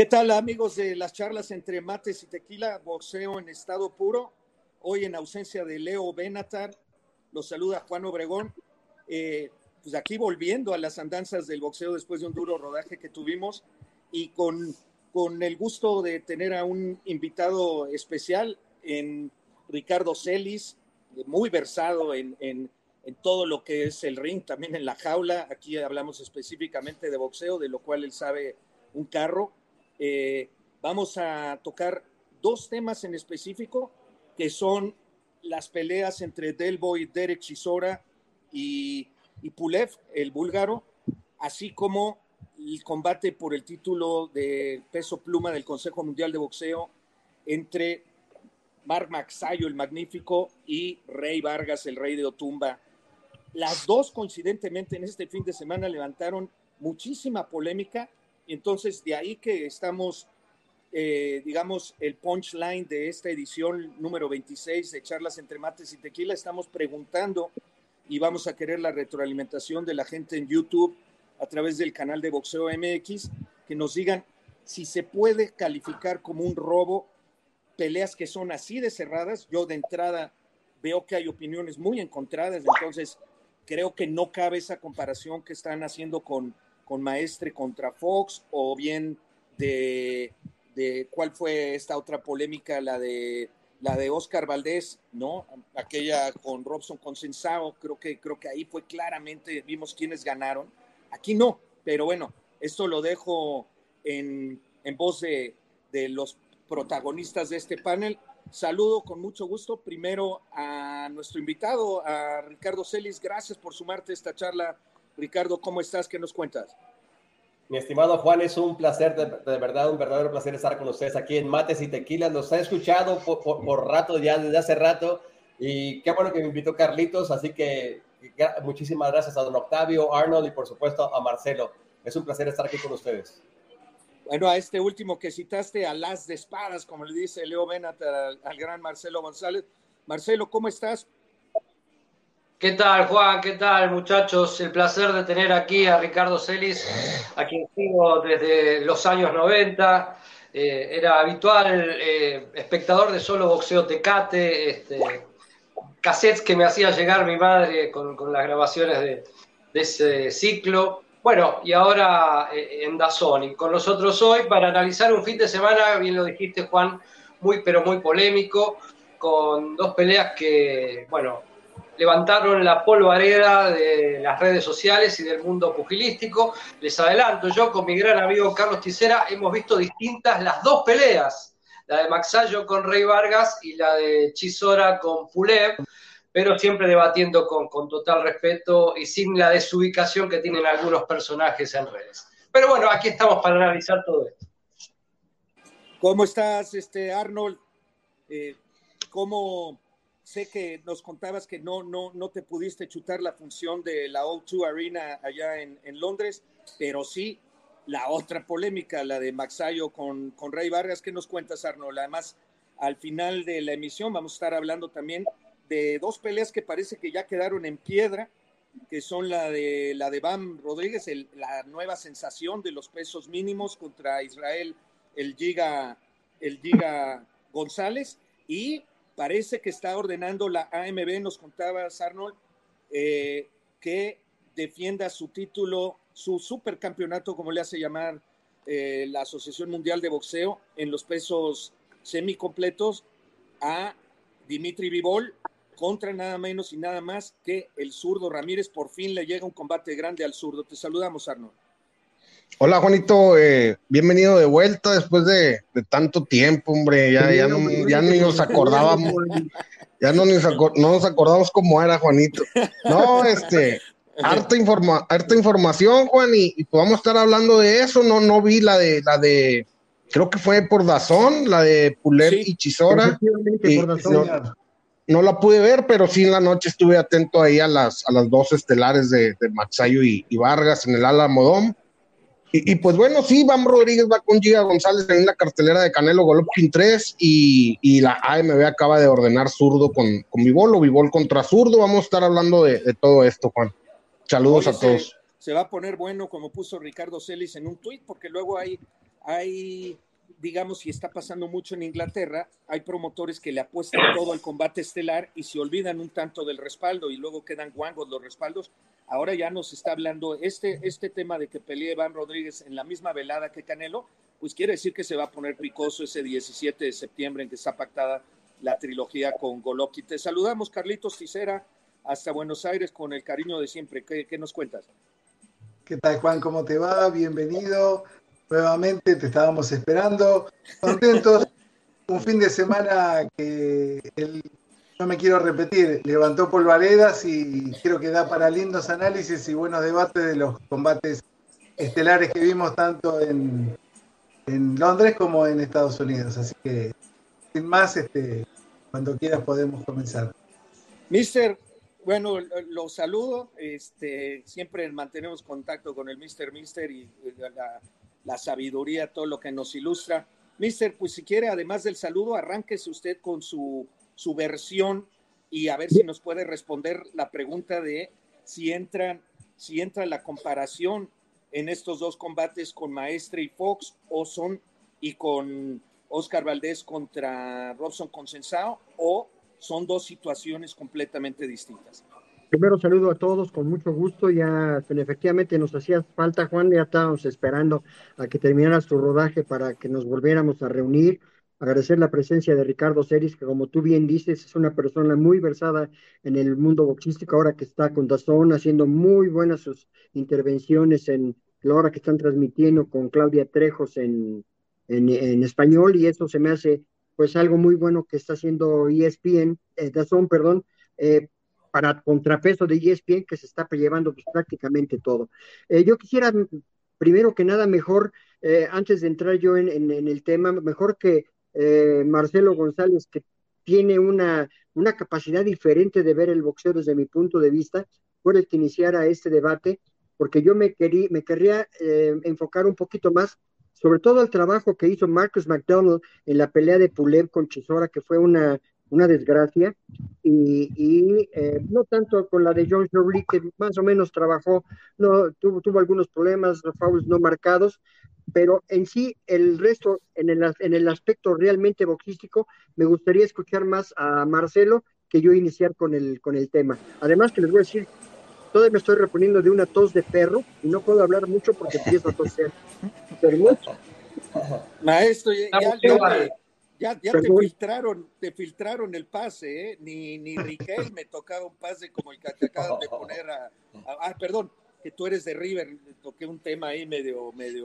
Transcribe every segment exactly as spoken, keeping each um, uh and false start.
¿Qué tal, amigos de las charlas entre mates y tequila, boxeo en estado puro? Hoy en ausencia de Leo Benatar, los saluda Juan Obregón. Eh, pues aquí volviendo a las andanzas del boxeo después de un duro rodaje que tuvimos y con, con el gusto de tener a un invitado especial en Ricardo Celis, muy versado en, en, en todo lo que es el ring, también en la jaula. Aquí hablamos específicamente de boxeo, de lo cual él sabe un carro. Eh, vamos a tocar dos temas en específico, que son las peleas entre Del Boy, Derek Chisora y, y Pulev, el búlgaro, así como el combate por el título de peso pluma del Consejo Mundial de Boxeo entre Mark Magsayo, el magnífico, y Rey Vargas, el rey de Otumba. Las dos, coincidentemente, en este fin de semana levantaron muchísima polémica. Entonces, de ahí que estamos, eh, digamos, el punchline de esta edición número veintiséis de Charlas entre Mates y Tequila. Estamos preguntando y vamos a querer la retroalimentación de la gente en YouTube a través del canal de Boxeo M X, que nos digan si se puede calificar como un robo peleas que son así de cerradas. Yo de entrada veo que hay opiniones muy encontradas, entonces creo que no cabe esa comparación que están haciendo con con Maestre contra Fox, o bien de, de cuál fue esta otra polémica, la de la de Oscar Valdés, ¿no? Aquella con Robson Consensao, creo que, creo que ahí fue claramente, vimos quiénes ganaron. Aquí no, pero bueno, esto lo dejo en, en voz de, de los protagonistas de este panel. Saludo con mucho gusto primero a nuestro invitado, a Ricardo Celis. Gracias por sumarte a esta charla. Ricardo, ¿cómo estás? ¿Qué nos cuentas? Mi estimado Juan, es un placer, de, de verdad, un verdadero placer estar con ustedes aquí en Mates y Tequila. Nos ha escuchado por, por, por rato ya, desde hace rato, y qué bueno que me invitó Carlitos, así que muchísimas gracias a don Octavio, Arnold y por supuesto a Marcelo. Es un placer estar aquí con ustedes. Bueno, a este último que citaste, a las de espadas, como le dice Leo Benat al, al gran Marcelo González. Marcelo, ¿cómo estás? ¿Qué tal, Juan? ¿Qué tal, muchachos? El placer de tener aquí a Ricardo Celis, a quien sigo desde los años noventa. Eh, era habitual eh, espectador de Solo Boxeo Tecate, este, cassettes que me hacía llegar mi madre con, con las grabaciones de, de ese ciclo. Bueno, y ahora eh, en DAZN. Y con nosotros hoy para analizar un fin de semana, bien lo dijiste, Juan, muy pero muy polémico, con dos peleas que, bueno, levantaron la polvareda de las redes sociales y del mundo pugilístico. Les adelanto, yo con mi gran amigo Carlos Tisera hemos visto distintas las dos peleas, la de Magsayo con Rey Vargas y la de Chisora con Pulev, pero siempre debatiendo con, con total respeto y sin la desubicación que tienen algunos personajes en redes. Pero bueno, aquí estamos para analizar todo esto. ¿Cómo estás, este, Arnold? Eh, ¿Cómo...? Sé que nos contabas que no, no, no te pudiste chutar la función de la O dos Arena allá en, en Londres, pero sí la otra polémica, la de Magsayo con, con Rey Vargas. ¿Qué nos cuentas, Arnold? Además, al final de la emisión vamos a estar hablando también de dos peleas que parece que ya quedaron en piedra, que son la de, la de Bam Rodríguez, el, la nueva sensación de los pesos mínimos contra Israel, el Giga, el Giga González, y parece que está ordenando la A M B, nos contabas, Arnold, eh, que defienda su título, su supercampeonato, como le hace llamar eh, la Asociación Mundial de Boxeo, en los pesos semicompletos, a Dimitri Bivol, contra nada menos y nada más que el zurdo Ramírez. Por fin le llega un combate grande al zurdo. Te saludamos, Arnold. Hola, Juanito, eh, bienvenido de vuelta después de, de tanto tiempo, hombre. Ya, ya, no, ya ni nos acordábamos, ya no nos, acor no nos acordamos cómo era, Juanito. No, este, harta, informa harta información, Juan, y, y podamos estar hablando de eso. No, no vi la de, la de, creo que fue por DAZN, la de Pulev sí, y Chisora. Y por DAZN, no, no la pude ver, pero sí en la noche estuve atento ahí a las, a las dos estelares de, de Magsayo y, y Vargas en el Alamodome. Y, y pues bueno, sí, Bam Rodríguez va con Giga González en la cartelera de Canelo Golovkin tres, y, y la A M B acaba de ordenar zurdo con, con Bivol, o Bivol contra zurdo. Vamos a estar hablando de, de todo esto, Juan. Saludos. Oye, a todos. Se, se va a poner bueno, como puso Ricardo Celis en un tuit, porque luego hay hay, digamos, y está pasando mucho en Inglaterra, hay promotores que le apuestan todo al combate estelar y se olvidan un tanto del respaldo y luego quedan guangos los respaldos. Ahora ya nos está hablando este, este tema de que pelee Iván Rodríguez en la misma velada que Canelo, pues quiere decir que se va a poner picoso ese diecisiete de septiembre en que está pactada la trilogía con Golovkin. Te saludamos, Carlitos Ticera, hasta Buenos Aires con el cariño de siempre. ¿Qué, qué nos cuentas? ¿Qué tal, Juan? ¿Cómo te va? Bienvenido. Nuevamente te estábamos esperando. Contentos. Un fin de semana que el, no me quiero repetir, levantó polvaredas y creo que da para lindos análisis y buenos debates de los combates estelares que vimos tanto en, en Londres como en Estados Unidos. Así que, sin más, este, cuando quieras podemos comenzar. Mister, bueno, lo saludo. Este, siempre mantenemos contacto con el Mister Mister y la, la sabiduría, todo lo que nos ilustra. Mister, pues si quiere, además del saludo, arránquese usted con su, su versión y a ver si nos puede responder la pregunta de si entran, si entra la comparación en estos dos combates con Maestre y Fox o son y con Oscar Valdez contra Robson Consensao, o son dos situaciones completamente distintas. Primero saludo a todos con mucho gusto, ya efectivamente nos hacía falta, Juan, ya estábamos esperando a que terminara su rodaje para que nos volviéramos a reunir. Agradecer la presencia de Ricardo Celis, que como tú bien dices, es una persona muy versada en el mundo boxístico, ahora que está con D A Z N, haciendo muy buenas sus intervenciones en la hora que están transmitiendo con Claudia Trejos en, en, en español, y eso se me hace pues algo muy bueno que está haciendo E S P N, eh, D A Z N, perdón, eh, para contrapeso de E S P N, que se está llevando pues, prácticamente todo. Eh, yo quisiera, primero que nada, mejor, eh, antes de entrar yo en, en, en el tema, mejor que eh, Marcelo González, que tiene una, una capacidad diferente de ver el boxeo desde mi punto de vista, fuera el que iniciara este debate, porque yo me, querí, me querría eh, enfocar un poquito más, sobre todo el trabajo que hizo Marcus McDonald en la pelea de Pulev con Chisora, que fue una una desgracia, y, y eh, no tanto con la de John Shirley, que más o menos trabajó, no, tuvo, tuvo algunos problemas, fouls no marcados, pero en sí, el resto, en el, en el aspecto realmente boxístico, me gustaría escuchar más a Marcelo que yo iniciar con el, con el tema. Además, que les voy a decir, todavía me estoy reponiendo de una tos de perro, y no puedo hablar mucho porque empiezo a toser. Pero mucho. Maestro, ya, ya, ya, Ya, ya te filtraron, te filtraron el pase, ¿eh? Ni, ni Riquel me tocaba un pase como el que te acabas de poner a, a... Ah, perdón, que tú eres de River, toqué un tema ahí medio, medio,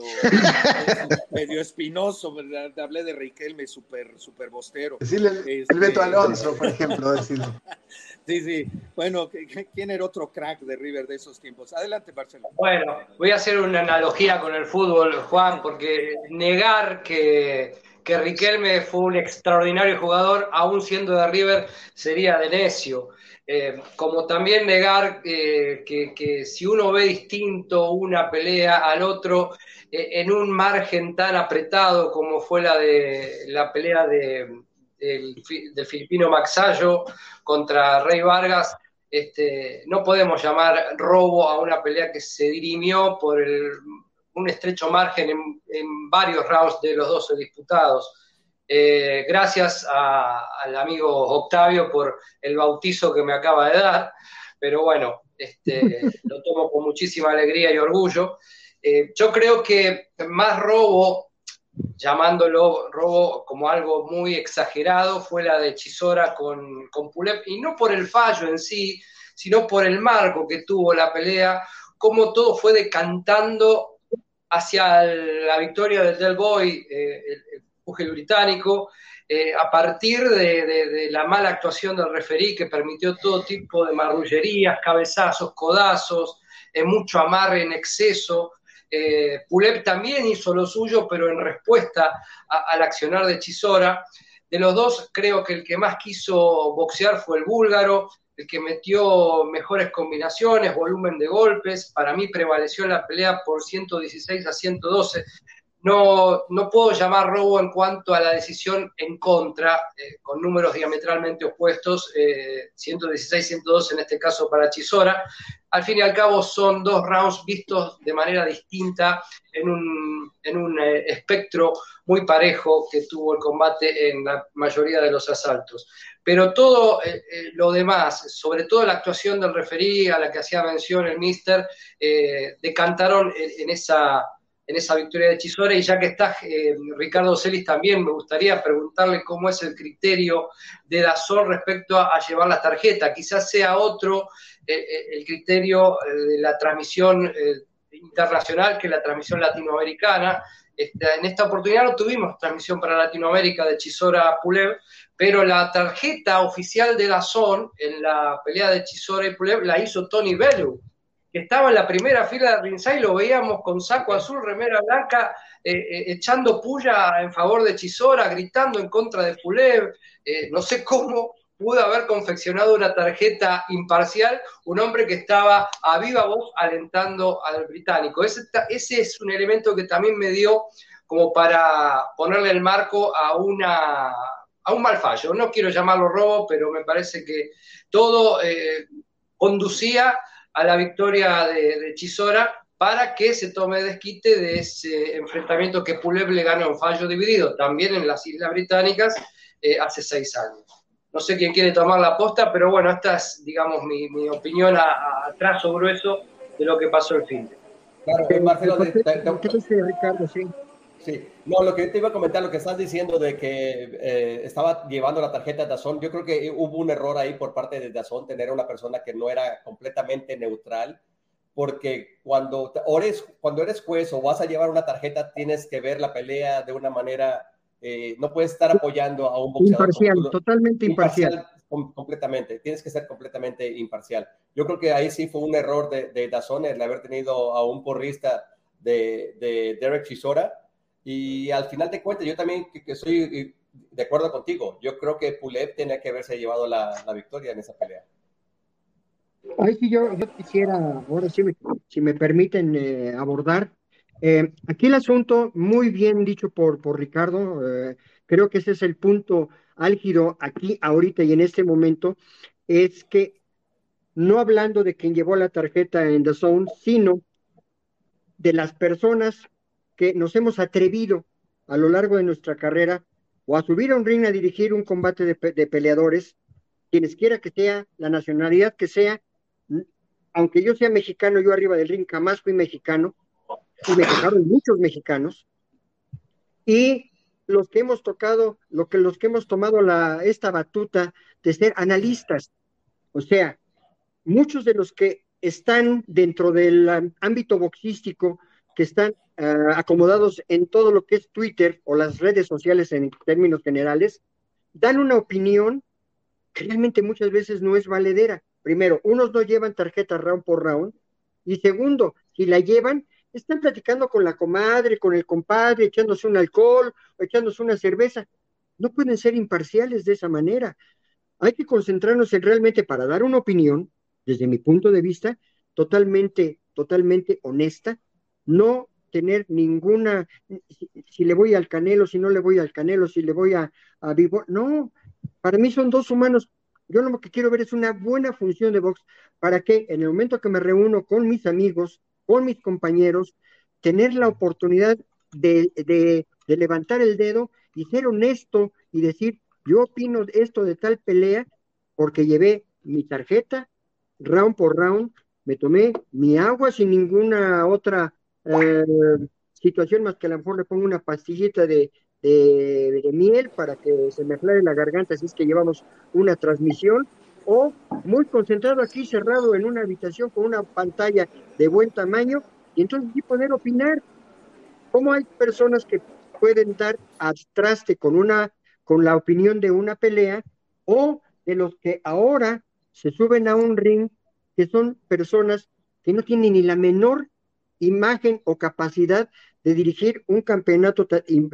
medio espinoso, ¿verdad? Hablé de Riquelme, súper, súper bostero. Decirle el, este, el Beto Alonso, por ejemplo, decirle. Sí, sí. Bueno, ¿quién era otro crack de River de esos tiempos? Adelante, Marcelo. Bueno, voy a hacer una analogía con el fútbol, Juan, porque negar que... que Riquelme fue un extraordinario jugador, aún siendo de River, sería de necio. Eh, como también negar eh, que, que si uno ve distinto una pelea al otro, eh, en un margen tan apretado como fue la de la pelea de, del, del filipino Magsayo contra Rey Vargas, este, no podemos llamar robo a una pelea que se dirimió por el un estrecho margen en, en varios rounds de los doce disputados. Eh, gracias a, al amigo Octavio por el bautizo que me acaba de dar, pero bueno, este, lo tomo con muchísima alegría y orgullo. Eh, yo creo que más robo, llamándolo robo como algo muy exagerado, fue la de Chisora con, con Pulev, y no por el fallo en sí, sino por el marco que tuvo la pelea, cómo todo fue decantando hacia la victoria del Del Boy, eh, el, el pugil británico, eh, a partir de, de, de la mala actuación del referí, que permitió todo tipo de marrullerías, cabezazos, codazos, eh, mucho amarre en exceso. Eh, Pulev también hizo lo suyo, pero en respuesta a, al accionar de Chisora. De los dos, creo que el que más quiso boxear fue el búlgaro, el que metió mejores combinaciones, volumen de golpes. Para mí prevaleció en la pelea por ciento dieciséis a ciento doce. no, no puedo llamar robo en cuanto a la decisión en contra, eh, con números diametralmente opuestos, eh, ciento dieciséis, ciento dos en este caso para Chisora. Al fin y al cabo son dos rounds vistos de manera distinta en un, en un eh, espectro muy parejo que tuvo el combate en la mayoría de los asaltos. Pero todo eh, eh, lo demás, sobre todo la actuación del referí a la que hacía mención el míster, eh, decantaron en, en esa... en esa victoria de Chisora, y ya que está eh, Ricardo Celis también, me gustaría preguntarle cómo es el criterio de DAZN respecto a, a llevar la tarjeta. Quizás sea otro eh, el criterio de la transmisión eh, internacional que la transmisión latinoamericana. Esta, en esta oportunidad no tuvimos transmisión para Latinoamérica de Chisora Pulev, pero la tarjeta oficial de DAZN en la pelea de Chisora y Pulev la hizo Tony Bellew, que estaba en la primera fila de ringside, lo veíamos con saco azul, remera blanca, eh, eh, echando puya en favor de Chisora, gritando en contra de Pulev. Eh, no sé cómo pudo haber confeccionado una tarjeta imparcial un hombre que estaba a viva voz alentando al británico. Ese, ese es un elemento que también me dio como para ponerle el marco a una... a un mal fallo. No quiero llamarlo robo, pero me parece que todo eh, conducía a la victoria de, de Chisora para que se tome desquite de ese enfrentamiento que Pulev le ganó en fallo dividido, también en las Islas Británicas, eh, hace seis años. No sé quién quiere tomar la posta, pero bueno, esta es, digamos, mi, mi opinión a, a trazo grueso de lo que pasó el fin. Claro, eh, Marcelo, te, te, ¿Qué dice Ricardo? Sí. Sí, no, lo que te iba a comentar, lo que estás diciendo de que eh, estaba llevando la tarjeta de DAZN, yo creo que hubo un error ahí por parte de DAZN, tener una persona que no era completamente neutral, porque cuando eres, cuando eres juez o vas a llevar una tarjeta, tienes que ver la pelea de una manera, eh, no puedes estar apoyando a un boxeador. Imparcial, como, totalmente imparcial. imparcial com, completamente, tienes que ser completamente imparcial. Yo creo que ahí sí fue un error de, de DAZN el haber tenido a un porrista de, de Derek Chisora. Y al final de cuentas, yo también que, que estoy de acuerdo contigo. Yo creo que Pulev tenía que haberse llevado la, la victoria en esa pelea. Ay, sí, yo, yo quisiera, ahora sí, me, si me permiten eh, abordar. Eh, aquí el asunto, muy bien dicho por, por Ricardo, eh, creo que ese es el punto álgido aquí, ahorita y en este momento, es que no hablando de quien llevó la tarjeta en DAZN, sino de las personas que nos hemos atrevido a lo largo de nuestra carrera o a subir a un ring a dirigir un combate de, de peleadores, quienes quiera que sea, la nacionalidad que sea, aunque yo sea mexicano, yo arriba del ring jamás fui mexicano, y me tocaron muchos mexicanos, y los que hemos tocado, lo que, los que hemos tomado la, esta batuta de ser analistas, o sea, muchos de los que están dentro del ámbito boxístico, que están uh, acomodados en todo lo que es Twitter o las redes sociales en términos generales, dan una opinión que realmente muchas veces no es valedera. Primero, unos no llevan tarjeta round por round, y segundo, si la llevan, están platicando con la comadre, con el compadre, echándose un alcohol o echándose una cerveza. No pueden ser imparciales de esa manera. Hay que concentrarnos en realmente para dar una opinión, desde mi punto de vista, totalmente, totalmente honesta, no tener ninguna, si, si le voy al Canelo, si no le voy al Canelo, si le voy a, a Vivo, no, para mí son dos humanos. Yo lo que quiero ver es una buena función de box, para que en el momento que me reúno con mis amigos, con mis compañeros, tener la oportunidad de, de, de levantar el dedo y ser honesto y decir, yo opino esto de tal pelea porque llevé mi tarjeta, round por round, me tomé mi agua sin ninguna otra eh, situación más que a lo mejor le pongo una pastillita de, de, de miel para que se me aclare la garganta si es que llevamos una transmisión, o muy concentrado aquí, cerrado en una habitación con una pantalla de buen tamaño, y entonces sí poder opinar. ¿Cómo hay personas que pueden dar al traste con una con la opinión de una pelea, o de los que ahora se suben a un ring, que son personas que no tienen ni la menor imagen o capacidad de dirigir un campeonato?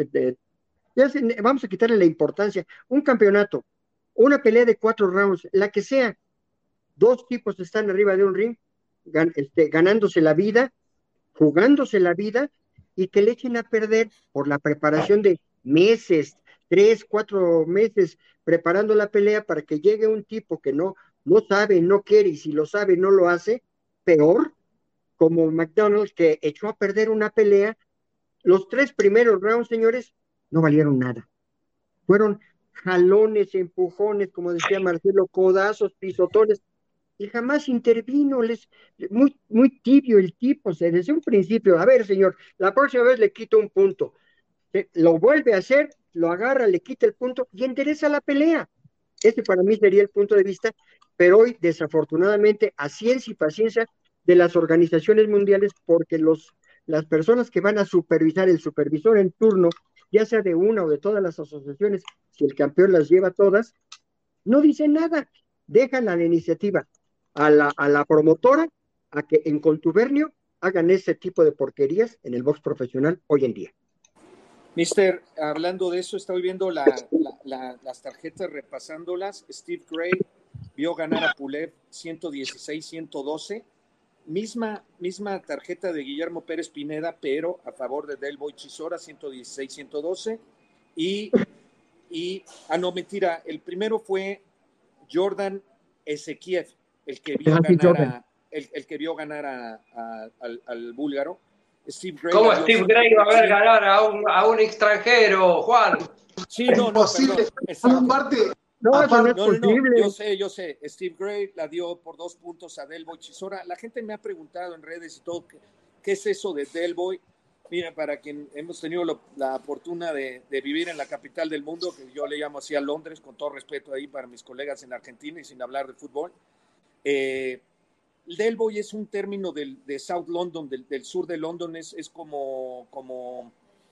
Ya se, vamos a quitarle la importancia, un campeonato, una pelea de cuatro rounds, la que sea, dos tipos están arriba de un ring, gan, este, ganándose la vida, jugándose la vida, y que le echen a perder por la preparación de meses, tres, cuatro meses preparando la pelea para que llegue un tipo que no, no sabe, no quiere, y si lo sabe no lo hace, peor, como McDonald's, que echó a perder una pelea. Los tres primeros rounds, señores, no valieron nada. Fueron jalones, empujones, como decía Marcelo, codazos, pisotones, y jamás intervino, les, muy, muy tibio el tipo, o sea, desde un principio, a ver, señor, la próxima vez le quito un punto, eh, lo vuelve a hacer, lo agarra, le quita el punto y endereza la pelea. Este para mí sería el punto de vista, pero hoy, desafortunadamente, a ciencia y paciencia de las organizaciones mundiales, porque los, las personas que van a supervisar, el supervisor en turno, ya sea de una o de todas las asociaciones, si el campeón las lleva todas, no dicen nada, dejan a la iniciativa, a la, a la promotora, a que en contubernio hagan ese tipo de porquerías en el box profesional hoy en día. Mister, hablando de eso, estoy viendo la, la, la, las tarjetas, repasándolas. Steve Gray vio ganar a Pulev ciento dieciséis a ciento doce. Misma, misma tarjeta de Guillermo Pérez Pineda, pero a favor de Del Boy Chisora, ciento dieciséis a ciento doce. Y, y, ah, no, mentira, el primero fue Jordan Ezekiev, el que vio ganar a, el, el que vio ganar a, a, al, al búlgaro. Steve Gray. ¿Cómo Steve Gray va a ver ganar a un, a un extranjero, Juan? Sí, no, no, perdón. Aparte, no, aparte, no, no, no, yo sé, yo sé. Steve Gray la dio por dos puntos a Del Boy Chisora. La gente me ha preguntado en redes y todo, ¿qué, qué es eso de Del Boy? Mira, para quien hemos tenido lo, la fortuna de, de vivir en la capital del mundo, que yo le llamo así a Londres, con todo respeto ahí para mis colegas en Argentina y sin hablar de fútbol. Eh, Del Boy es un término del, de South London, del, del sur de London, es, es como, como,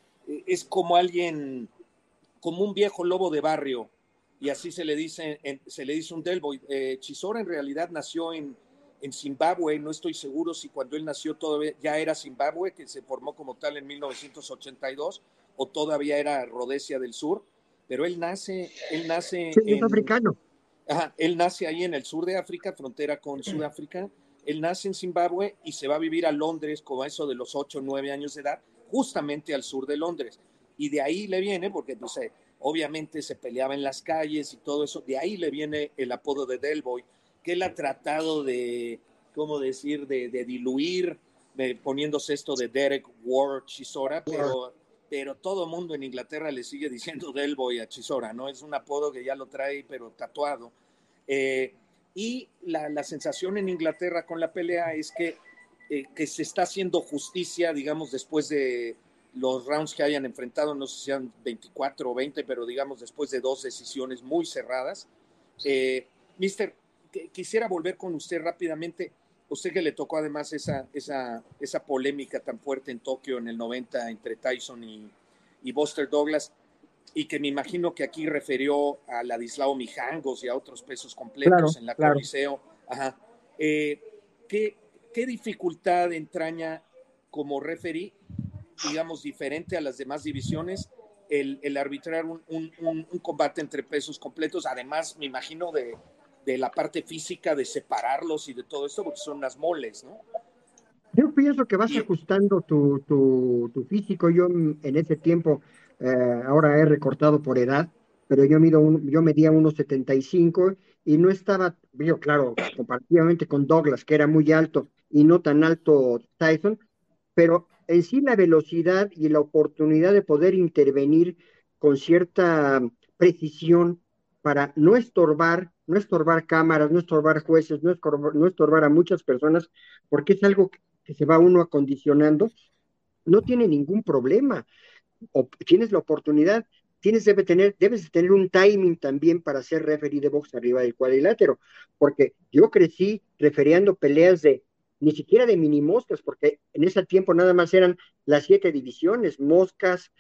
es como alguien, como un viejo lobo de barrio, y así se le dice, en, se le dice un Del Boy. Eh, Chisora en realidad nació en, en Zimbabue, no estoy seguro si cuando él nació todavía ya era Zimbabue, que se formó como tal en mil novecientos ochenta y dos, o todavía era Rhodesia del Sur, pero él nace, él nace sí, en... es africano. Ajá, él nace ahí en el sur de África, frontera con Sudáfrica. Él nace en Zimbabue y se va a vivir a Londres como a eso de los ocho o nueve años de edad, justamente al sur de Londres. Y de ahí le viene, porque no sé, obviamente se peleaba en las calles y todo eso, de ahí le viene el apodo de Del Boy, que él ha tratado de, ¿cómo decir?, de, de diluir, de, poniéndose esto de Derek Ward Chisora, pero, pero todo el mundo en Inglaterra le sigue diciendo Del Boy a Chisora, ¿no? Es un apodo que ya lo trae, pero tatuado. Eh, y la, la sensación en Inglaterra con la pelea es que, eh, que se está haciendo justicia, digamos, después de los rounds que hayan enfrentado, no sé si sean veinticuatro o veinte, pero digamos después de dos decisiones muy cerradas. Eh, Mister, quisiera volver con usted rápidamente, usted que le tocó además esa, esa, esa polémica tan fuerte en Tokio en el noventa entre Tyson y, y Buster Douglas, y que me imagino que aquí refirió a Ladislao Mijangos y a otros pesos completos claro, en la claro. Coliseo. Ajá. Eh, ¿qué, ¿Qué dificultad entraña como referee, digamos, diferente a las demás divisiones, el, el arbitrar un, un, un, un combate entre pesos completos? Además, me imagino de, de la parte física, de separarlos y de todo esto, porque son unas moles, ¿no? Yo pienso que vas ajustando tu, tu, tu físico. Yo en ese tiempo, eh, ahora he recortado por edad, pero yo, mido un, yo medía uno setenta y cinco y no estaba, yo claro, comparativamente con Douglas, que era muy alto, y no tan alto Tyson, pero en sí la velocidad y la oportunidad de poder intervenir con cierta precisión para no estorbar, no estorbar cámaras, no estorbar jueces, no estorbar, no estorbar a muchas personas, porque es algo que que se va uno acondicionando, no tiene ningún problema. O tienes la oportunidad, tienes debe tener, debes de tener un timing también para ser referee de box arriba del cuadrilátero, porque yo crecí referiando peleas de, ni siquiera de mini moscas, porque en ese tiempo nada más eran las siete divisiones, moscas,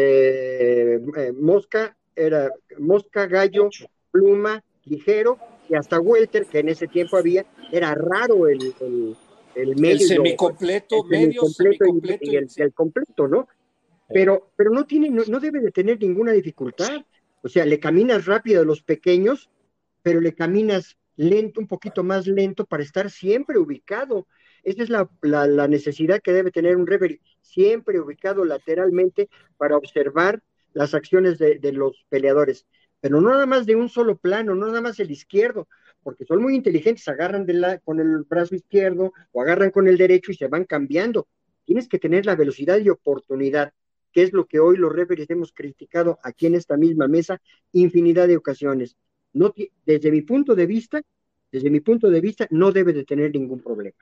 eh, eh, mosca, era mosca, gallo, pluma, ligero, y hasta welter, que en ese tiempo había, era raro el, el el medio, el semicompleto, el medio semicompleto semicompleto y, y el, sí. el completo, ¿no? Pero, pero no tiene, no, no debe de tener ninguna dificultad. O sea, le caminas rápido a los pequeños, pero le caminas lento, un poquito más lento para estar siempre ubicado. Esa es la, la, la necesidad que debe tener un referee. siempre ubicado lateralmente para observar las acciones de, de los peleadores, pero no nada más de un solo plano, no nada más el izquierdo, porque son muy inteligentes, agarran de la, con el brazo izquierdo o agarran con el derecho y se van cambiando. Tienes que tener la velocidad y oportunidad, que es lo que hoy los referees hemos criticado aquí en esta misma mesa infinidad de ocasiones. No, desde mi punto de vista, desde mi punto de vista, no debe de tener ningún problema.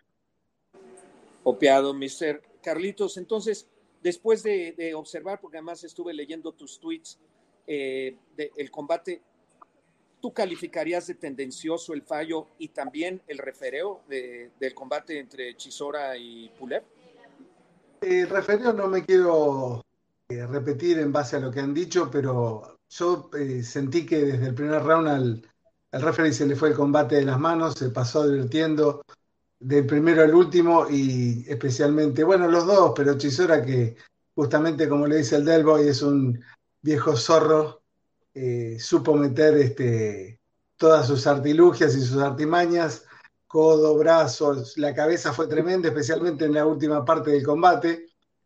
Copiado, mister Carlitos. Entonces, después de, de observar, porque además estuve leyendo tus tweets, eh, de, el combate, ¿tú calificarías de tendencioso el fallo y también el refereo de, del combate entre Chisora y Pulev? El refereo no me quiero eh, repetir en base a lo que han dicho, pero yo eh, sentí que desde el primer round al, al referee se le fue el combate de las manos, se pasó divirtiendo del primero al último y especialmente, bueno, los dos, pero Chisora, que justamente como le dice el Del Boy, es un viejo zorro, eh, supo meter este, todas sus artilugias y sus artimañas, codo, brazos, la cabeza fue tremenda, especialmente en la última parte del combate.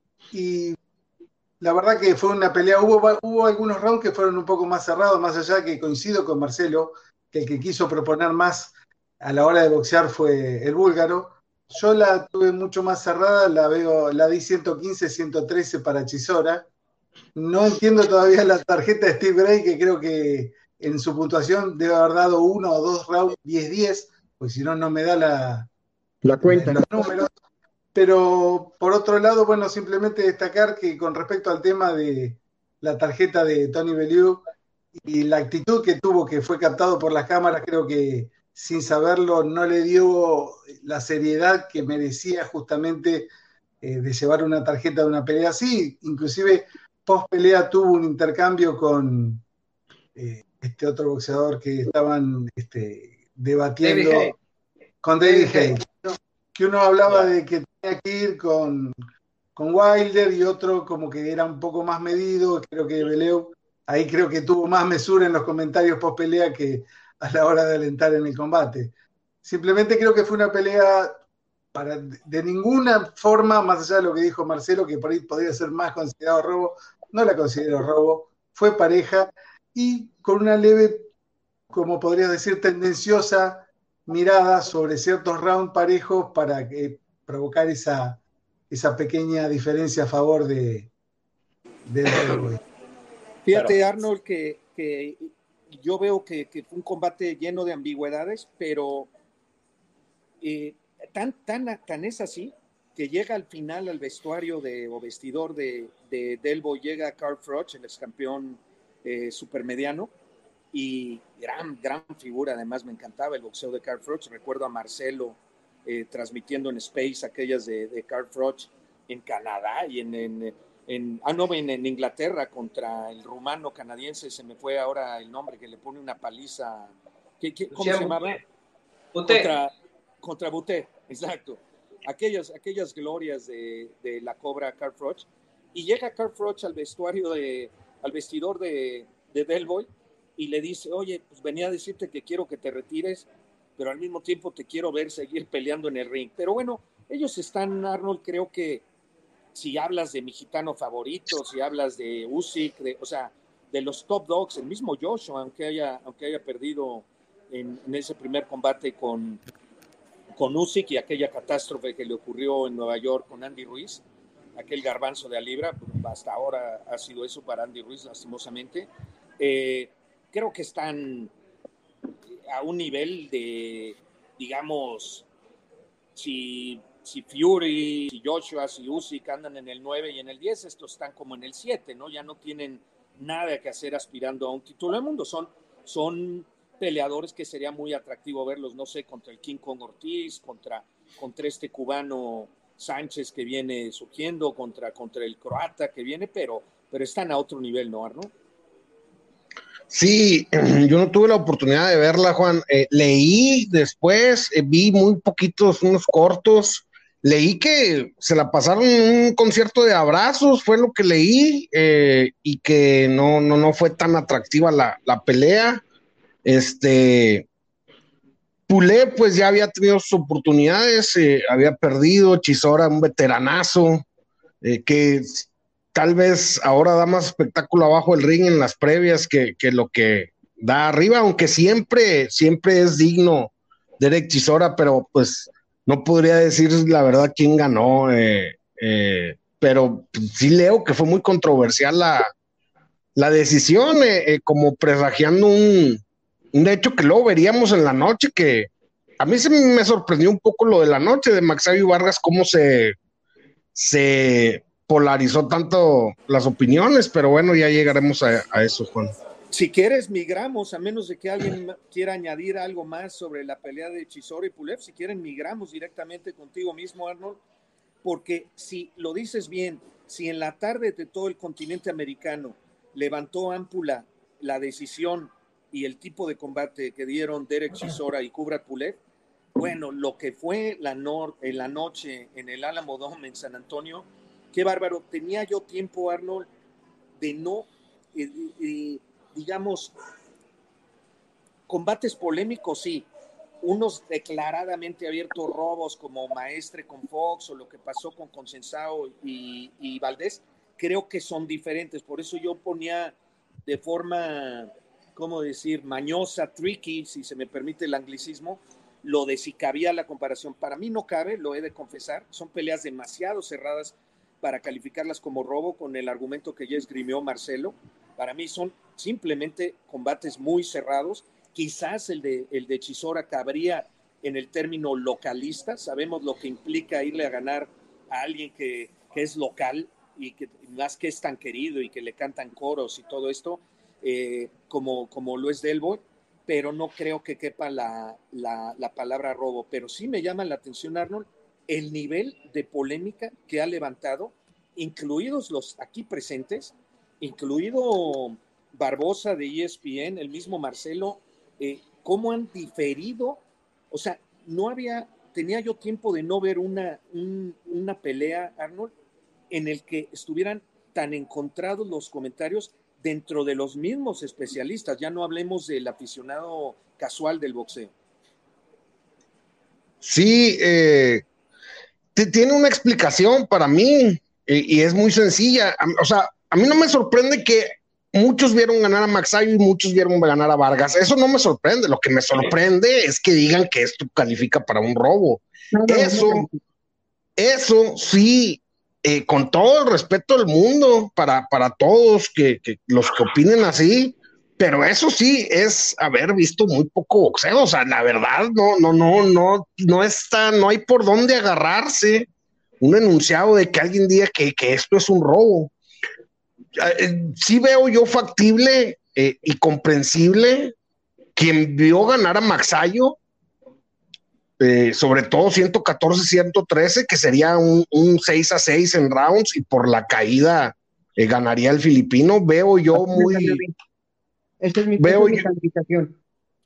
Y la verdad que fue una pelea, hubo, hubo algunos rounds que fueron un poco más cerrados, más allá que coincido con Marcelo, que el que quiso proponer más a la hora de boxear fue el búlgaro. Yo la tuve mucho más cerrada, la veo, la di ciento quince, ciento trece para Chisora. No entiendo todavía la tarjeta de Steve Gray, que creo que en su puntuación debe haber dado uno o dos rounds diez diez, pues si no, no me da la, la cuenta. Los números. Pero por otro lado, bueno, simplemente destacar que con respecto al tema de la tarjeta de Tony Bellew y la actitud que tuvo, que fue captado por las cámaras, creo que sin saberlo no le dio la seriedad que merecía justamente eh, de llevar una tarjeta de una pelea así. Inclusive post pelea tuvo un intercambio con eh, este otro boxeador que estaban este, debatiendo David con David David Haye, que uno hablaba yeah. de que tenía que ir con, con Wilder y otro como que era un poco más medido. Creo que Bellew ahí creo que tuvo más mesura en los comentarios post pelea que a la hora de alentar en el combate. Simplemente creo que fue una pelea para, de ninguna forma, más allá de lo que dijo Marcelo, que por ahí podría ser más considerado robo, no la considero robo, fue pareja y con una leve, como podrías decir, tendenciosa mirada sobre ciertos rounds parejos para eh, provocar esa, esa pequeña diferencia a favor de, de Del. Fíjate, pero... Arnold, que, que yo veo que, que fue un combate lleno de ambigüedades, pero eh, tan, tan, tan es así que llega al final al vestuario de, o vestidor de, de Del Boy, llega Carl Froch, el ex campeón eh, supermediano, y gran, gran figura. Además me encantaba el boxeo de Carl Froch. Recuerdo a Marcelo eh, transmitiendo en Space aquellas de, de Carl Froch en Canadá y en, en, en, ah, no, en, en Inglaterra contra el rumano canadiense, se me fue ahora el nombre, que le pone una paliza. ¿Qué, qué, ¿Cómo se llamaba? Buté. Contra, contra Buté, exacto. Aquellas, aquellas glorias de, de la Cobra Carl Froch. Y llega Carl Froch al vestuario de, al vestidor de, de Del Boy y le dice, oye, pues venía a decirte que quiero que te retires, pero al mismo tiempo te quiero ver seguir peleando en el ring. Pero bueno, ellos están, Arnold, creo que si hablas de mi gitano favorito, si hablas de Usyk, de, o sea, de los top dogs, el mismo Joshua, aunque haya, aunque haya perdido en, en ese primer combate con, con Usyk y aquella catástrofe que le ocurrió en Nueva York con Andy Ruiz, aquel garbanzo de a libra, hasta ahora ha sido eso para Andy Ruiz, lastimosamente. Eh, creo que están a un nivel de, digamos, si, si Fury, si Joshua, si Usyk andan en el nueve y en el diez, estos están como en el siete, ¿no? Ya no tienen nada que hacer aspirando a un título del mundo. Son, son peleadores que sería muy atractivo verlos, no sé, contra el King Kong Ortiz, contra, contra este cubano Sánchez que viene surgiendo, contra, contra el croata que viene, pero, pero están a otro nivel, ¿no, Arno? Sí, yo no tuve la oportunidad de verla, Juan. Eh, leí después, eh, vi muy poquitos, unos cortos. Leí que se la pasaron en un concierto de abrazos, fue lo que leí, eh, y que no, no, no fue tan atractiva la, la pelea. Este, Pulé, pues ya había tenido sus oportunidades, eh, había perdido, Chisora, un veteranazo. eh, que tal vez ahora da más espectáculo abajo del ring en las previas que, que lo que da arriba, aunque siempre, siempre es digno Derek Chisora, pero pues no podría decir la verdad quién ganó, eh, eh, pero sí leo que fue muy controversial la, la decisión, eh, eh, como presagiando un, un hecho que luego veríamos en la noche, que a mí se me sorprendió un poco lo de la noche de Magsayo Vargas, cómo se, se polarizó tanto las opiniones, pero bueno, ya llegaremos a, a eso, Juan. Si quieres, migramos, a menos de que alguien quiera añadir algo más sobre la pelea de Chisora y Pulev. Si quieren, migramos directamente contigo mismo, Arnold, porque si lo dices bien, si en la tarde de todo el continente americano levantó ámpula la decisión y el tipo de combate que dieron Derek Chisora y Kubrat Pulev, bueno, lo que fue la, no, en la noche en el Alamo Dome en San Antonio, qué bárbaro. Tenía yo tiempo, Arnold, de no... Eh, eh, digamos, combates polémicos, sí, unos declaradamente abiertos robos como Maestre con Fox o lo que pasó con Consensao y, y Valdés, creo que son diferentes, por eso yo ponía de forma, ¿cómo decir?, mañosa, tricky, si se me permite el anglicismo, lo de si cabía la comparación. Para mí no cabe, lo he de confesar, son peleas demasiado cerradas para calificarlas como robo, con el argumento que ya esgrimió Marcelo. Para mí son simplemente combates muy cerrados. Quizás el de, el de Chisora cabría en el término localista. Sabemos lo que implica irle a ganar a alguien que, que es local y que más que es tan querido y que le cantan coros y todo esto, eh, como, como lo es Delboy, pero no creo que quepa la, la, la palabra robo. Pero sí me llama la atención, Arnold, el nivel de polémica que ha levantado, incluidos los aquí presentes, incluido Barbosa de E S P N, el mismo Marcelo, eh, cómo han diferido. O sea, no había, tenía yo tiempo de no ver una, un, una pelea, Arnold, en el que estuvieran tan encontrados los comentarios dentro de los mismos especialistas. Ya no hablemos del aficionado casual del boxeo. Sí, eh, tiene una explicación para mí, y, y es muy sencilla. O sea, a mí no me sorprende que muchos vieron ganar a Magsayo y muchos vieron ganar a Vargas. Eso no me sorprende. Lo que me sorprende es que digan que esto califica para un robo. No, no, eso, no, no. eso sí, eh, con todo el respeto del mundo para, para todos que, que los que opinen así, pero eso sí es haber visto muy poco boxeo. O sea, la verdad, no, no, no, no, no está, no hay por dónde agarrarse un enunciado de que alguien diga que, que esto es un robo. Eh, sí veo yo factible eh, y comprensible quien vio ganar a Magsayo, eh, sobre todo ciento catorce a ciento trece, que sería un, un seis a seis en rounds, y por la caída eh, ganaría el filipino. Veo yo muy... Esta es mi, veo esta es mi yo, calificación.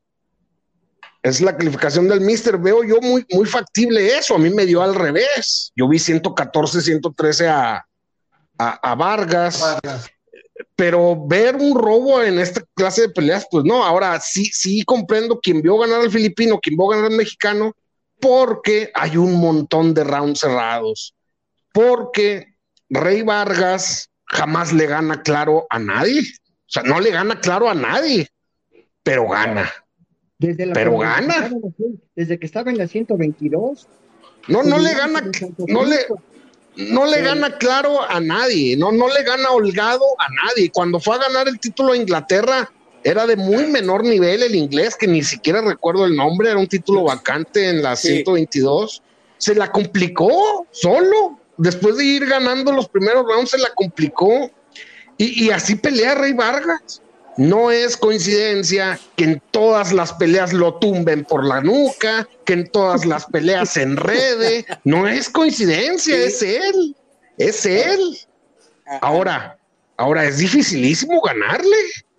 Es la calificación del Mister. Veo yo muy, muy factible eso. A mí me dio al revés. Yo vi ciento catorce a ciento trece a, a, a Vargas. Vargas. Pero ver un robo en esta clase de peleas, pues no. Ahora sí, sí comprendo quien vio ganar al filipino, quien vio ganar al mexicano, porque hay un montón de rounds cerrados. Porque Rey Vargas jamás le gana claro a nadie. O sea, no le gana claro a nadie, pero gana. Desde la pero gana. Desde que estaba en la ciento veintidós. No, no le gana, no le, no le gana claro a nadie, no, no le gana holgado a nadie. Cuando fue a ganar el título a Inglaterra, era de muy menor nivel el inglés, que ni siquiera recuerdo el nombre, era un título vacante en la sí. ciento veintidós. Se la complicó solo. Después de ir ganando los primeros rounds, se la complicó. Y, y así pelea Rey Vargas. No es coincidencia que en todas las peleas lo tumben por la nuca, que en todas las peleas se enrede. No es coincidencia, sí. es él, es él. Ahora, ahora es dificilísimo ganarle.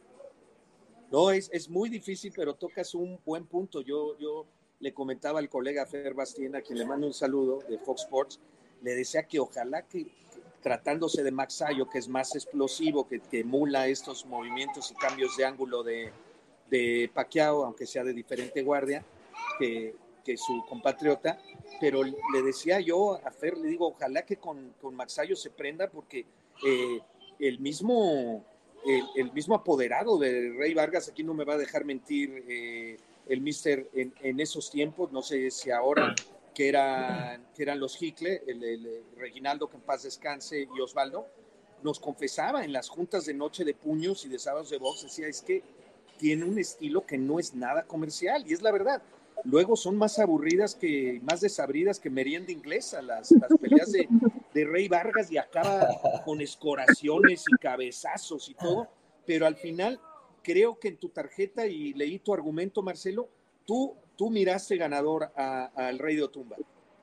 No, es, es muy difícil, pero tocas un buen punto. Yo, yo le comentaba al colega Fer Bastien, a quien le mando un saludo de Fox Sports, le decía que ojalá que, que tratándose de Magsayo, que es más explosivo, que, que emula estos movimientos y cambios de ángulo de, de Pacquiao, aunque sea de diferente guardia, que, que su compatriota, pero le decía yo a Fer, le digo, ojalá que con, con Magsayo se prenda, porque eh, el mismo el, el mismo apoderado de Rey Vargas, aquí no me va a dejar mentir eh, el mister en, en esos tiempos, no sé si ahora, que eran, que eran los Hickle, el, el, el Reginaldo, que en paz descanse, y Osvaldo, nos confesaba en las juntas de noche de puños y de sábados de box, decía, es que tiene un estilo que no es nada comercial, y es la verdad. Luego son más aburridas, que más desabridas que merienda inglesa, las, las peleas de, de Rey Vargas, y acaba con escoraciones y cabezazos y todo, pero al final creo que en tu tarjeta, y leí tu argumento, Marcelo, tú, tú miraste ganador al Rey de Otumba.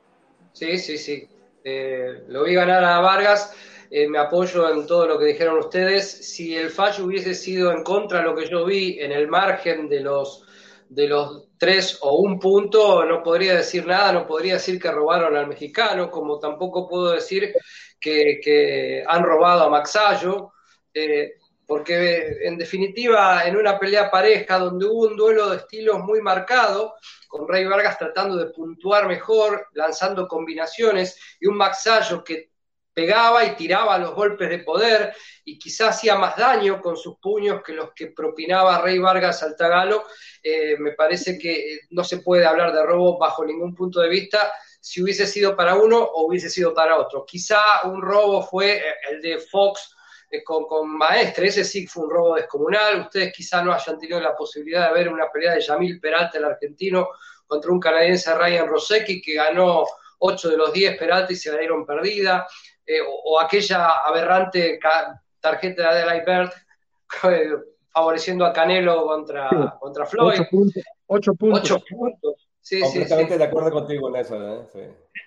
Sí, sí, sí. Eh, lo vi ganar a Vargas, eh, me apoyo en todo lo que dijeron ustedes. Si el fallo hubiese sido en contra de lo que yo vi, en el margen de los, de los tres o un punto, no podría decir nada, no podría decir que robaron al mexicano, como tampoco puedo decir que, que han robado a Magsayo, eh, porque en definitiva, en una pelea pareja donde hubo un duelo de estilos muy marcado, con Rey Vargas tratando de puntuar mejor, lanzando combinaciones, y un Magsayo que pegaba y tiraba los golpes de poder, y quizás hacía más daño con sus puños que los que propinaba Rey Vargas al tagalo. Eh, me parece que no se puede hablar de robo bajo ningún punto de vista, si hubiese sido para uno o hubiese sido para otro. Quizá un robo fue el de Fox eh, con, con Maestre, ese sí fue un robo descomunal. Ustedes quizá no hayan tenido la posibilidad de ver una pelea de Yamil Peralta, el argentino, contra un canadiense, Ryan Rosecki, que ganó ocho de los diez Peralta y se la dieron perdida, eh, o, o aquella aberrante tarjeta de Adelaide Bird eh, favoreciendo a Canelo contra, sí, contra Floyd. Ocho puntos. Ocho puntos. Ocho puntos. Sí, completamente sí, sí. de acuerdo contigo en eso, ¿eh? Sí.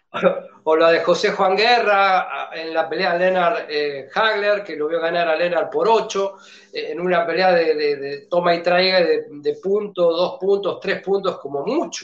O la de José Juan Guerra en la pelea Lennart eh, Hagler, que lo vio ganar a Lennart por ocho, eh, en una pelea de, de, de toma y traiga de, de punto, dos puntos, tres puntos como mucho.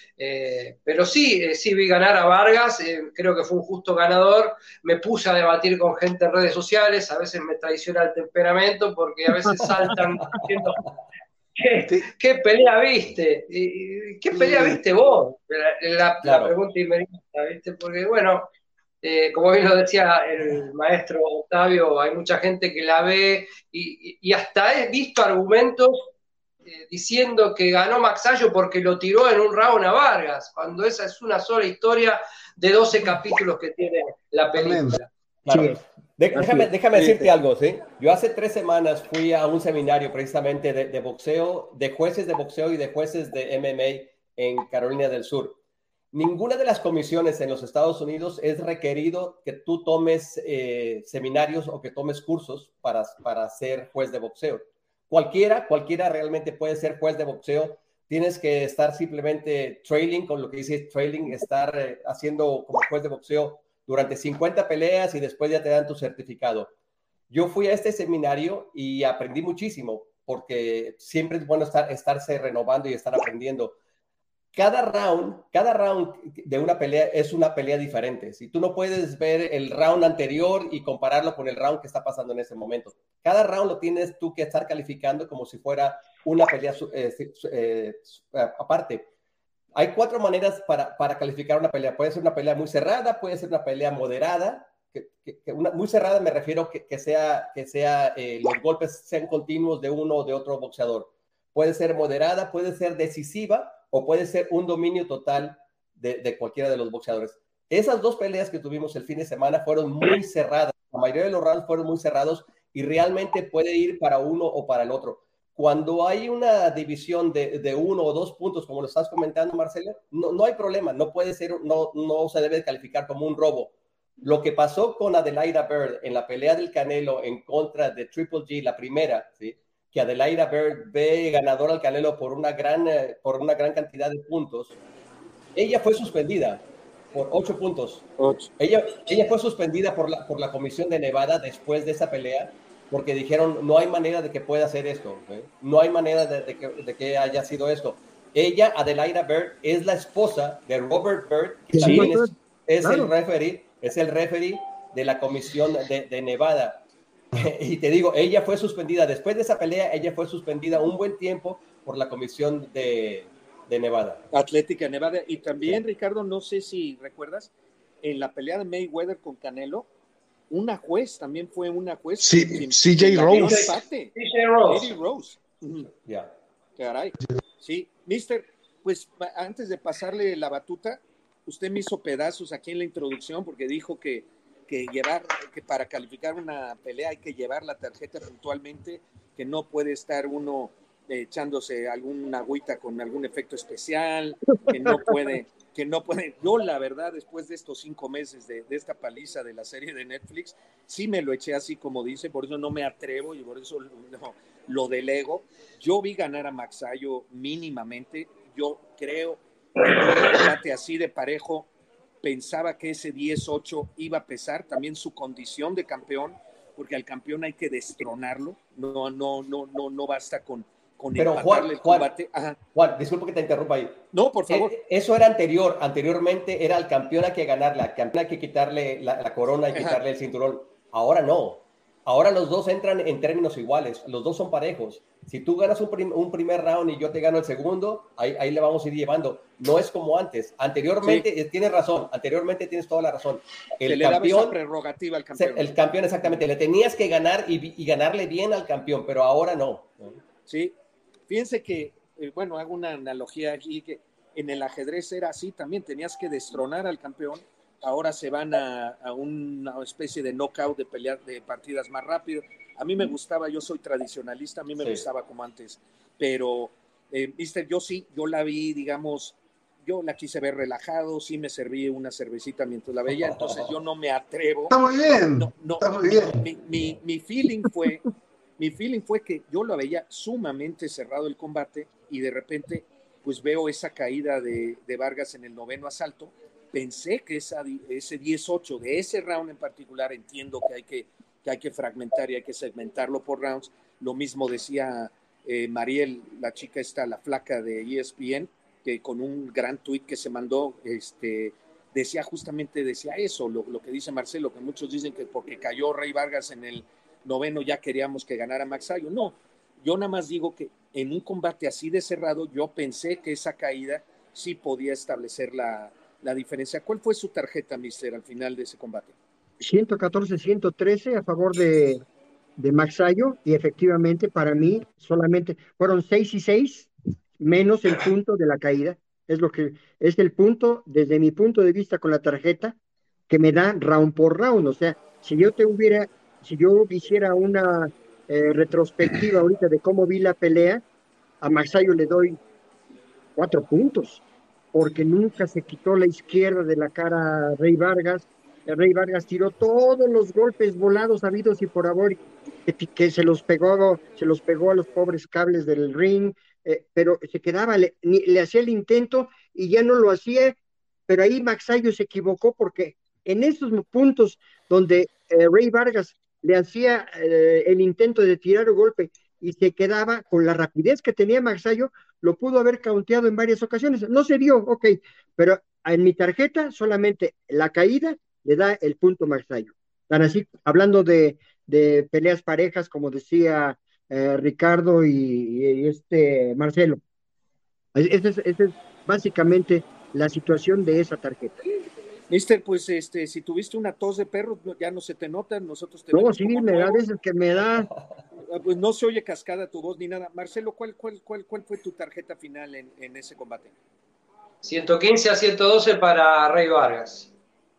Eh, pero sí, eh, sí vi ganar a Vargas, eh, creo que fue un justo ganador. Me puse a debatir con gente en redes sociales, a veces me traiciona el temperamento porque a veces saltan diciendo, ¿qué, sí. ¿qué pelea viste? ¿Qué pelea viste vos? La, la, claro. la pregunta inmediata, ¿viste? Porque bueno, eh, como bien lo decía el maestro Octavio, hay mucha gente que la ve y, y hasta he visto argumentos Eh, diciendo que ganó Magsayo porque lo tiró en un round a Vargas, cuando esa es una sola historia de doce capítulos que tiene la película. Claro. Sí. De, déjame, déjame decirte algo, ¿sí? Yo hace tres semanas fui a un seminario precisamente de, de boxeo, de jueces de boxeo y de jueces de M M A en Carolina del Sur. Ninguna de las comisiones en los Estados Unidos es requerido que tú tomes eh, seminarios o que tomes cursos para, para ser juez de boxeo. Cualquiera, cualquiera realmente puede ser juez de boxeo. Tienes que estar simplemente trailing, con lo que dice trailing, estar eh, haciendo como juez de boxeo durante cincuenta peleas y después ya te dan tu certificado. Yo fui a este seminario y aprendí muchísimo, porque siempre es bueno estar, estarse renovando y estar aprendiendo. Cada round, cada round de una pelea es una pelea diferente. Si tú no puedes ver el round anterior y compararlo con el round que está pasando en ese momento. Cada round lo tienes tú que estar calificando como si fuera una pelea eh, eh, aparte. Hay cuatro maneras para, para calificar una pelea. Puede ser una pelea muy cerrada, puede ser una pelea moderada. Que, que, que una, muy cerrada me refiero que, que sea, que sea eh, los golpes sean continuos de uno o de otro boxeador. Puede ser moderada, puede ser decisiva, o puede ser un dominio total de, de cualquiera de los boxeadores. Esas dos peleas que tuvimos el fin de semana fueron muy cerradas. La mayoría de los rounds fueron muy cerrados y realmente puede ir para uno o para el otro. Cuando hay una división de, de uno o dos puntos, como lo estás comentando, Marcelo, no, no hay problema. No puede ser, no, no se debe calificar como un robo. Lo que pasó con Adelaida Bird en la pelea del Canelo en contra de Triple G, la primera, ¿sí? Que Adelaida Bird ve ganador al Canelo por una gran, eh, por una gran cantidad de puntos, ella fue suspendida por ocho puntos. Ocho. Ella, ella fue suspendida por la, por la Comisión de Nevada después de esa pelea, porque dijeron, no hay manera de que pueda hacer esto, ¿eh? No hay manera de, de, que, de que haya sido esto. Ella, Adelaida Bird, es la esposa de Robert Bird, que sí, también es, es claro. el referee, es el referee de la Comisión de, de Nevada. Y te digo, ella fue suspendida, después de esa pelea, ella fue suspendida un buen tiempo por la Comisión de, de Nevada. Atlética de Nevada. Y también, sí. Ricardo, no sé si recuerdas, en la pelea de Mayweather con Canelo, una juez, también fue una juez. Sí, C J Rose. C J Rose. Rose. Uh-huh. Yeah. Caray. Sí, mister, pues antes de pasarle la batuta, usted me hizo pedazos aquí en la introducción porque dijo que, que llevar, que para calificar una pelea hay que llevar la tarjeta puntualmente, que no puede estar uno eh, echándose alguna agüita con algún efecto especial, que no puede, que no puede. Yo la verdad, después de estos cinco meses de, de esta paliza de la serie de Netflix, sí me lo eché así como dice, por eso no me atrevo y por eso no, lo delego. Yo vi ganar a Magsayo mínimamente, yo creo que en un combate así de parejo pensaba que ese diez ocho iba a pesar también su condición de campeón, porque al campeón hay que destronarlo, no, no, no, no, no basta con, con Pero Juan, el Juan, combate. Ajá. Juan, disculpa que te interrumpa ahí. No, por favor. Eso era anterior, anteriormente era al campeón hay que ganarle, al campeón hay que quitarle la, la corona y quitarle el cinturón. Ahora no. Ahora los dos entran en términos iguales, los dos son parejos. Si tú ganas un, prim, un primer round y yo te gano el segundo, ahí, ahí le vamos a ir llevando. No es como antes. Anteriormente, sí. Tienes razón, anteriormente tienes toda la razón. El Se le campeón, daba esa prerrogativa al campeón. El campeón, exactamente. Le tenías que ganar y, y ganarle bien al campeón, pero ahora no. Sí, fíjense que, eh, bueno, hago una analogía aquí, que en el ajedrez era así también, tenías que destronar al campeón. Ahora se van a, a una especie de knockout de pelear de partidas más rápido. A mí me gustaba, yo soy tradicionalista, a mí me sí. gustaba como antes, pero, eh, mister, yo sí, yo la vi, digamos, yo la quise ver relajado, sí me serví una cervecita mientras la veía, entonces yo no me atrevo. Está muy bien, no, no, está muy bien. Mi, mi, mi feeling fue, mi feeling fue que yo lo veía sumamente cerrado el combate y de repente, pues veo esa caída de, de Vargas en el noveno asalto. Pensé que esa, ese diez ocho de ese round en particular, entiendo que hay que, que hay que fragmentar y hay que segmentarlo por rounds. Lo mismo decía eh, Mariel, la chica esta, la flaca de E S P N, que con un gran tuit que se mandó, este, decía justamente, decía eso, lo, lo que dice Marcelo, que muchos dicen que porque cayó Rey Vargas en el noveno ya queríamos que ganara Magsayo. No, yo nada más digo que en un combate así de cerrado, yo pensé que esa caída sí podía establecer la la diferencia. ¿Cuál fue su tarjeta, mister, al final de ese combate? ciento catorce a ciento trece a favor de, de Magsayo, y efectivamente para mí solamente fueron seis y seis menos el punto de la caída. Es lo que es el punto, desde mi punto de vista con la tarjeta, que me da round por round. O sea, si yo te hubiera, si yo hiciera una eh, retrospectiva ahorita de cómo vi la pelea, a Magsayo le doy cuatro puntos, porque nunca se quitó la izquierda de la cara a Rey Vargas. El Rey Vargas tiró todos los golpes volados habidos y por haber, que, que se los pegó, se los pegó a los pobres cables del ring, eh, pero se quedaba, le, le hacía el intento y ya no lo hacía, pero ahí Magsayo se equivocó, porque en esos puntos donde eh, Rey Vargas le hacía eh, el intento de tirar el golpe y se quedaba con la rapidez que tenía Magsayo, lo pudo haber counteado en varias ocasiones. No se dio, ok, pero en mi tarjeta solamente la caída le da el punto Magsayo. Tan así, hablando de, de peleas parejas, como decía eh, Ricardo y, y este Marcelo. Esa es, esa es básicamente la situación de esa tarjeta. Mister, pues este, si tuviste una tos de perro, ya no se te nota, nosotros te No, sí, me da veces que me da. Pues no se oye cascada tu voz ni nada. Marcelo, ¿cuál, cuál, cuál, cuál fue tu tarjeta final en, en ese combate? ciento quince a ciento doce para Rey Vargas.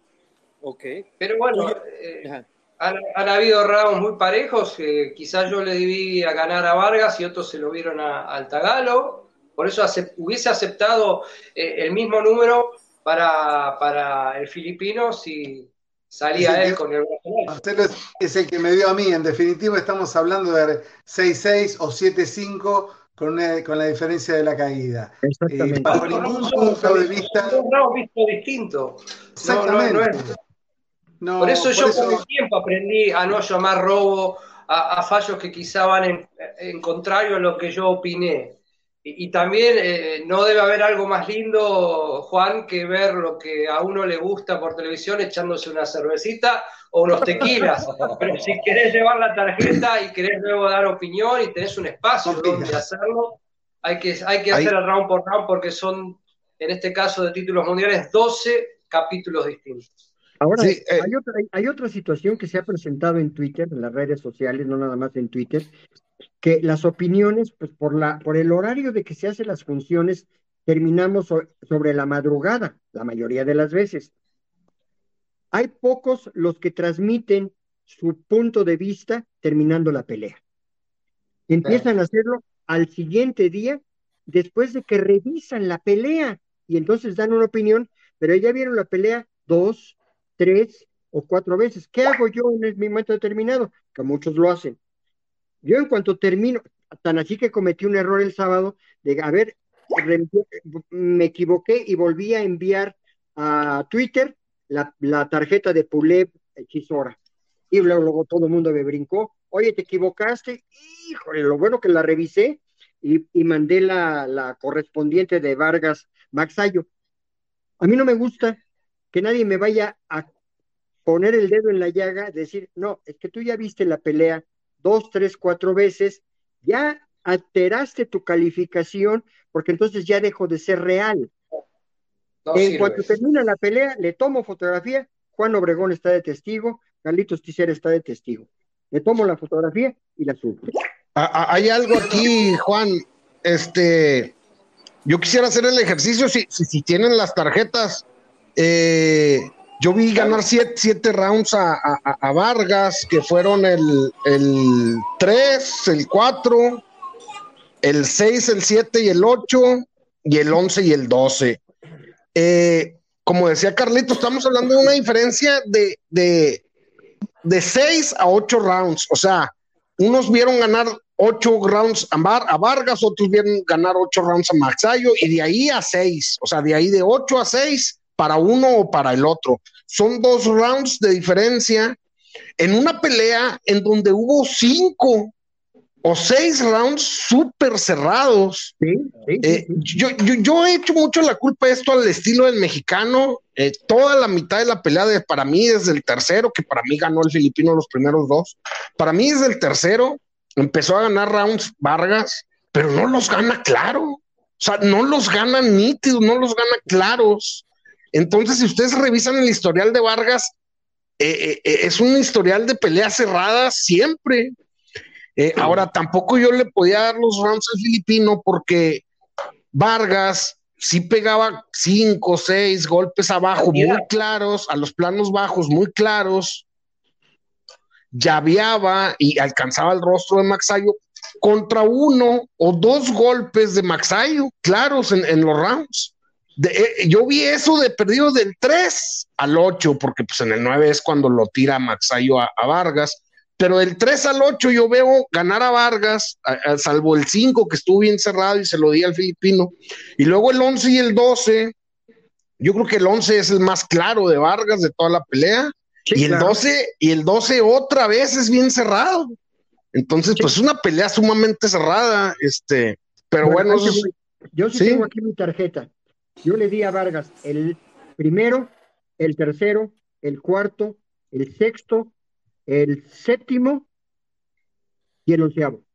Ok. Pero bueno, eh, han, han habido rounds muy parejos. Eh, quizás yo le debí a ganar a Vargas y otros se lo vieron a, al Tagalo. Por eso acept, hubiese aceptado eh, el mismo número para, para el filipino si salía él que, con el Marcelo es, es el que me dio a mí. En definitiva, estamos hablando de seis seis o siete cinco con, una, con la diferencia de la caída. Exactamente. Eh, bajo ningún punto de vista. Un round visto distinto. Exactamente. No, no, no es... No, por eso por yo eso... con el tiempo aprendí a no llamar robo a, a fallos que quizá van en, en contrario a lo que yo opiné. Y, y también eh, no debe haber algo más lindo, Juan, que ver lo que a uno le gusta por televisión echándose una cervecita o unos tequilas. Pero si querés llevar la tarjeta y querés luego dar opinión y tenés un espacio donde hacerlo, Hay que, hay que Hay- hacer el round por round porque son, en este caso de títulos mundiales, doce capítulos distintos. Ahora, Sí, eh, hay otra, hay, hay otra situación que se ha presentado en Twitter, en las redes sociales, no nada más en Twitter, que las opiniones, pues por la, por el horario de que se hacen las funciones, terminamos so- sobre la madrugada, la mayoría de las veces. Hay pocos los que transmiten su punto de vista terminando la pelea. Empiezan a hacerlo al siguiente día, después de que revisan la pelea, y entonces dan una opinión, pero ya vieron la pelea dos, tres o cuatro veces. ¿Qué hago yo en el momento determinado? Que muchos lo hacen. Yo en cuanto termino, tan así que cometí un error el sábado, de, a ver, re- me equivoqué y volví a enviar a Twitter la, la tarjeta de Pulev Hechisora. Y luego, luego todo el mundo me brincó, oye, te equivocaste, híjole, lo bueno que la revisé y, y mandé la, la correspondiente de Vargas Maxayo. A mí no me gusta que nadie me vaya a poner el dedo en la llaga, decir, no, es que tú ya viste la pelea dos, tres, cuatro veces, ya alteraste tu calificación, porque entonces ya dejó de ser real. No En sirve. cuanto termina la pelea, le tomo fotografía, Juan Obregón está de testigo, Carlitos Tisera está de testigo. Le tomo la fotografía y la subo. a- a- hay algo aquí, Juan. Este, yo quisiera hacer el ejercicio si, si, si tienen las tarjetas. Eh, yo vi ganar siete, siete rounds a, a, a Vargas, que fueron el, el tres, el cuatro, el seis, el siete y el ocho, y el once y el doce. Eh, como decía Carlito, estamos hablando de una diferencia de, de, de seis a ocho rounds. O sea, unos vieron ganar ocho rounds a, Var, a Vargas, otros vieron ganar ocho rounds a Maxayo, y de ahí a seis. O sea, de ahí de ocho a seis para uno o para el otro. Son dos rounds de diferencia en una pelea en donde hubo cinco o seis rounds súper cerrados. Sí, sí, Eh, sí, sí. yo, yo, yo he hecho mucho la culpa de esto al estilo del mexicano. Eh, toda la mitad de la pelea, de, para mí, desde el tercero, que para mí ganó el filipino los primeros dos, para mí desde el tercero empezó a ganar rounds Vargas, pero no los gana claro. O sea, no los gana nítidos, no los gana claros. Entonces, si ustedes revisan el historial de Vargas, eh, eh, es un historial de peleas cerradas siempre. Eh, ahora, tampoco yo le podía dar los rounds al filipino porque Vargas sí pegaba cinco, seis golpes abajo, muy claros, a los planos bajos, muy claros, llaveaba y alcanzaba el rostro de Maxayo contra uno o dos golpes de Maxayo, claros en, en los rounds. De, eh, yo vi eso de perdido del tres al ocho, porque pues en el nueve es cuando lo tira Maxayo a, a Vargas, pero del tres al ocho yo veo ganar a Vargas, a, a, salvo el cinco que estuvo bien cerrado y se lo di al filipino, y luego el once y el doce, yo creo que el once es el más claro de Vargas de toda la pelea, sí, y el claro. doce, y el doce otra vez es bien cerrado. Entonces, sí, pues es una pelea sumamente cerrada, este, pero bueno, bueno eso es, yo sí, sí tengo aquí mi tarjeta. Yo le di a Vargas el primero, el tercero, el cuarto, el sexto, el séptimo y el onceavo.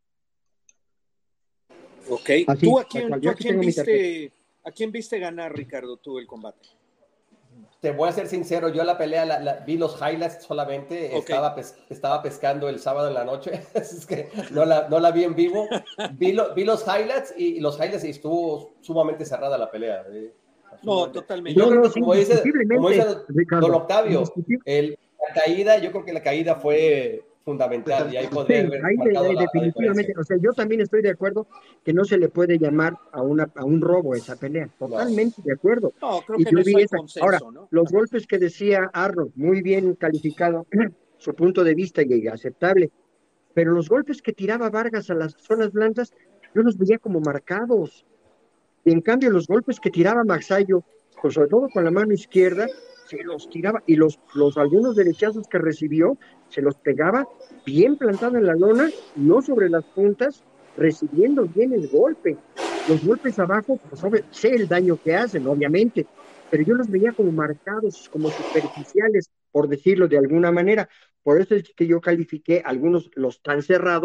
Ok. Así, ¿Tú, a quién, ¿tú a, quién viste, a quién viste ganar, Ricardo, tú el combate? Te voy a ser sincero, yo la pelea la, la, vi los highlights solamente, okay. estaba, pes, estaba pescando el sábado en la noche, es que no la, no la vi en vivo, vi, lo, vi los highlights y, y los highlights y estuvo sumamente cerrada la pelea. ¿eh? No, totalmente. Yo no, creo no, que como dice, como dice don Octavio, el, la caída, yo creo que la caída fue fundamental y ahí podría sí, haber ahí marcado de, la, definitivamente, la o sea, yo también estoy de acuerdo que no se le puede llamar a, una, a un robo esa pelea, totalmente no. de acuerdo. No, creo y que yo en vi eso hay esa. consenso, Ahora, ¿no? los golpes que decía Arnold, muy bien calificado, su punto de vista y aceptable, pero los golpes que tiraba Vargas a las zonas blandas, yo los veía como marcados, y en cambio los golpes que tiraba Maxayo, pues sobre todo con la mano izquierda, se los tiraba, y los, los algunos derechazos que recibió, se los pegaba bien plantado en la lona, no sobre las puntas, recibiendo bien el golpe. Los golpes abajo, pues sé el daño que hacen, obviamente, pero yo los veía como marcados, como superficiales, por decirlo de alguna manera. Por eso es que yo califiqué algunos, los tan cerrados,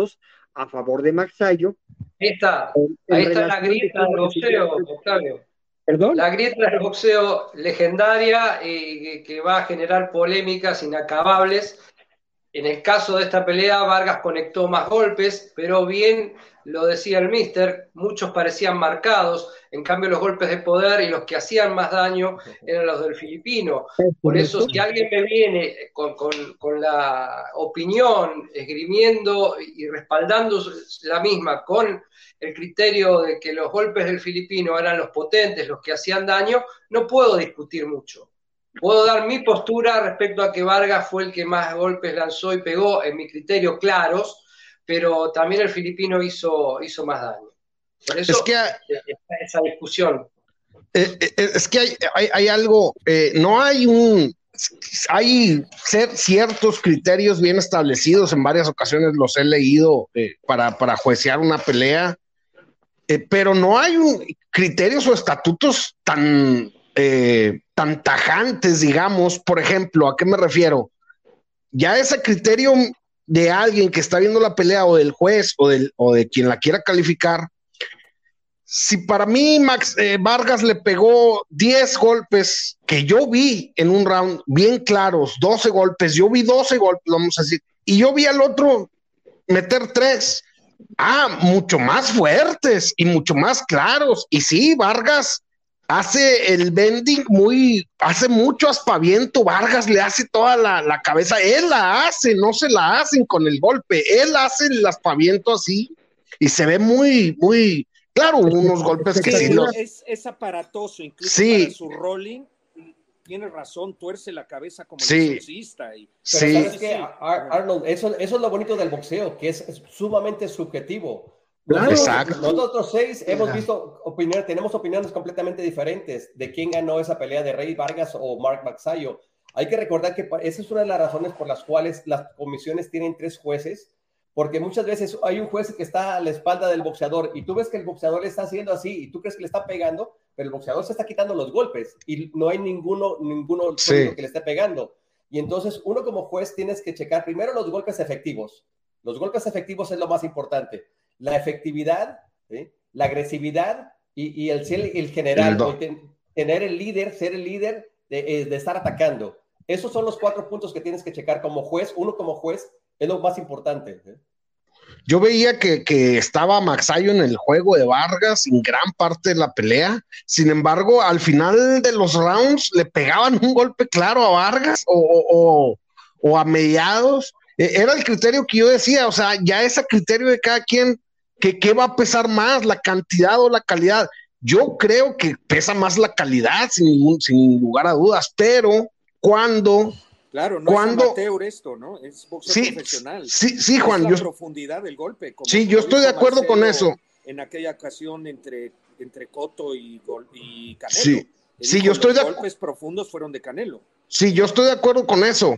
a favor de Magsayo. Ahí está, en, en ahí está la relación de grieta del cómo boxeo, decidió- Octavio. ¿Perdón? La grieta del boxeo legendaria y que, que va a generar polémicas inacabables. En el caso de esta pelea, Vargas conectó más golpes, pero bien lo decía el míster, muchos parecían marcados, en cambio los golpes de poder y los que hacían más daño eran los del filipino. Por eso, si alguien me viene con, con, con la opinión, esgrimiendo y respaldando la misma con el criterio de que los golpes del filipino eran los potentes, los que hacían daño, no puedo discutir mucho. Puedo dar mi postura respecto a que Vargas fue el que más golpes lanzó y pegó, en mi criterio claros, pero también el filipino hizo, hizo más daño. Por eso Es que, está esa discusión. eh, eh, es que hay, hay, hay algo, eh, no hay un, hay ser ciertos criterios bien establecidos, en varias ocasiones los he leído eh, para, para juecear una pelea, eh, pero no hay un, criterios o estatutos tan... Eh, tan tajantes, digamos. Por ejemplo, ¿a qué me refiero? Ya ese criterio de alguien que está viendo la pelea o del juez o, del, o de quien la quiera calificar, si para mí Max eh, Vargas le pegó diez golpes que yo vi en un round bien claros, doce golpes, yo vi doce golpes, vamos a decir, y yo vi al otro meter tres, ah, mucho más fuertes y mucho más claros, y sí, Vargas hace el bending muy, hace mucho aspaviento, Vargas le hace toda la, la cabeza, él la hace, no se la hacen con el golpe, él hace el aspaviento así, y se ve muy, muy, claro, unos golpes que sí, sí los... es, es aparatoso, incluso sí. para su rolling, tiene razón, tuerce la cabeza como sí. el exorcista. Y... Pero sí. ¿sabes qué, Arnold? Eso, eso es lo bonito del boxeo, que es, es sumamente subjetivo. Claro. Exacto. Nosotros seis hemos visto opiniones, tenemos opiniones completamente diferentes de quién ganó esa pelea de Rey Vargas o Mark Magsayo. Hay que recordar que esa es una de las razones por las cuales las comisiones tienen tres jueces, porque muchas veces hay un juez que está a la espalda del boxeador y tú ves que el boxeador le está haciendo así y tú crees que le está pegando, pero el boxeador se está quitando los golpes y no hay ninguno, ninguno sí. que le esté pegando. Y entonces uno como juez tienes que checar primero los golpes efectivos. Los golpes efectivos es lo más importante. La efectividad, ¿sí? La agresividad y, y el ser el general, el ten, tener el líder, ser el líder de, de estar atacando. Esos son los cuatro puntos que tienes que checar como juez. Uno como juez es lo más importante. ¿eh? Yo veía que, que estaba Magsayo en el juego de Vargas en gran parte de la pelea. Sin embargo, al final de los rounds le pegaban un golpe claro a Vargas o, o, o a mediados. Era el criterio que yo decía, o sea, ya ese criterio de cada quien, que qué va a pesar más, la cantidad o la calidad. Yo creo que pesa más la calidad, sin, ningún, sin lugar a dudas, pero cuando... Claro, no cuando, es amateur esto, ¿no? Es boxeo sí, profesional. Sí, sí, Juan. Es la yo, profundidad del golpe. Como, sí, como yo estoy de acuerdo Marcelo con eso. En aquella ocasión entre, entre Cotto y, y Canelo. Sí, sí yo estoy los de Los golpes profundos fueron de Canelo. Sí, yo estoy de acuerdo con eso.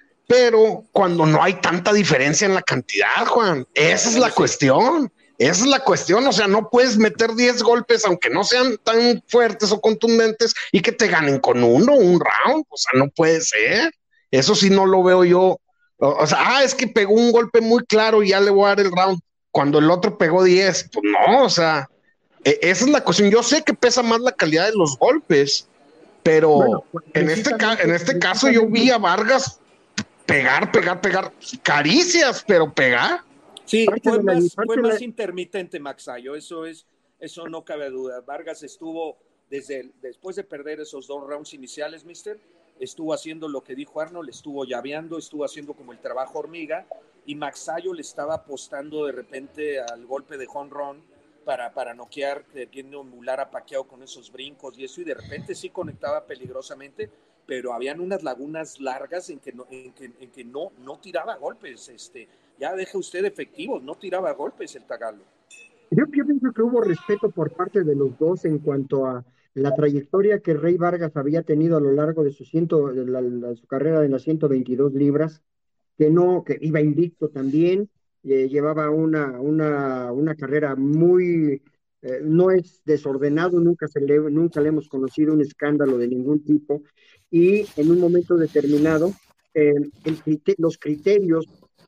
Pero cuando no hay tanta diferencia en la cantidad, Juan, esa es la cuestión. Esa es la cuestión, o sea, no puedes meter diez golpes, aunque no sean tan fuertes o contundentes, y que te ganen con uno, un round, o sea, no puede ser. Eso sí no lo veo yo. O, o sea, ah, es que pegó un golpe muy claro y ya le voy a dar el round, cuando el otro pegó diez, pues no, o sea, eh, esa es la cuestión. Yo sé que pesa más la calidad de los golpes, pero bueno, en, este ca en este caso yo vi a Vargas pegar, pegar, pegar, caricias, pero pegar. Sí, fue más, fue más intermitente Magsayo, eso es, eso no cabe duda. Vargas estuvo desde después de perder esos dos rounds iniciales, mister, estuvo haciendo lo que dijo Arnold, estuvo llaveando, estuvo haciendo como el trabajo hormiga, y Magsayo le estaba apostando de repente al golpe de home run para, para noquear, queriendo emular a Pacquiao con esos brincos y eso, y de repente sí conectaba peligrosamente, pero habían unas lagunas largas en que no, en que, en que no, no tiraba golpes, este, ya deje usted efectivos, no tiraba golpes el Tagalo. Yo, yo pienso que hubo respeto por parte de los dos en cuanto a la trayectoria que Rey Vargas había tenido a lo largo de su, ciento, de la, la, su carrera en las ciento veintidós libras, que no, que iba invicto también, eh, llevaba una, una, una carrera muy, eh, no es desordenado, nunca, se le, nunca le hemos conocido un escándalo de ningún tipo, y en un momento determinado, eh, el criterio, los criterios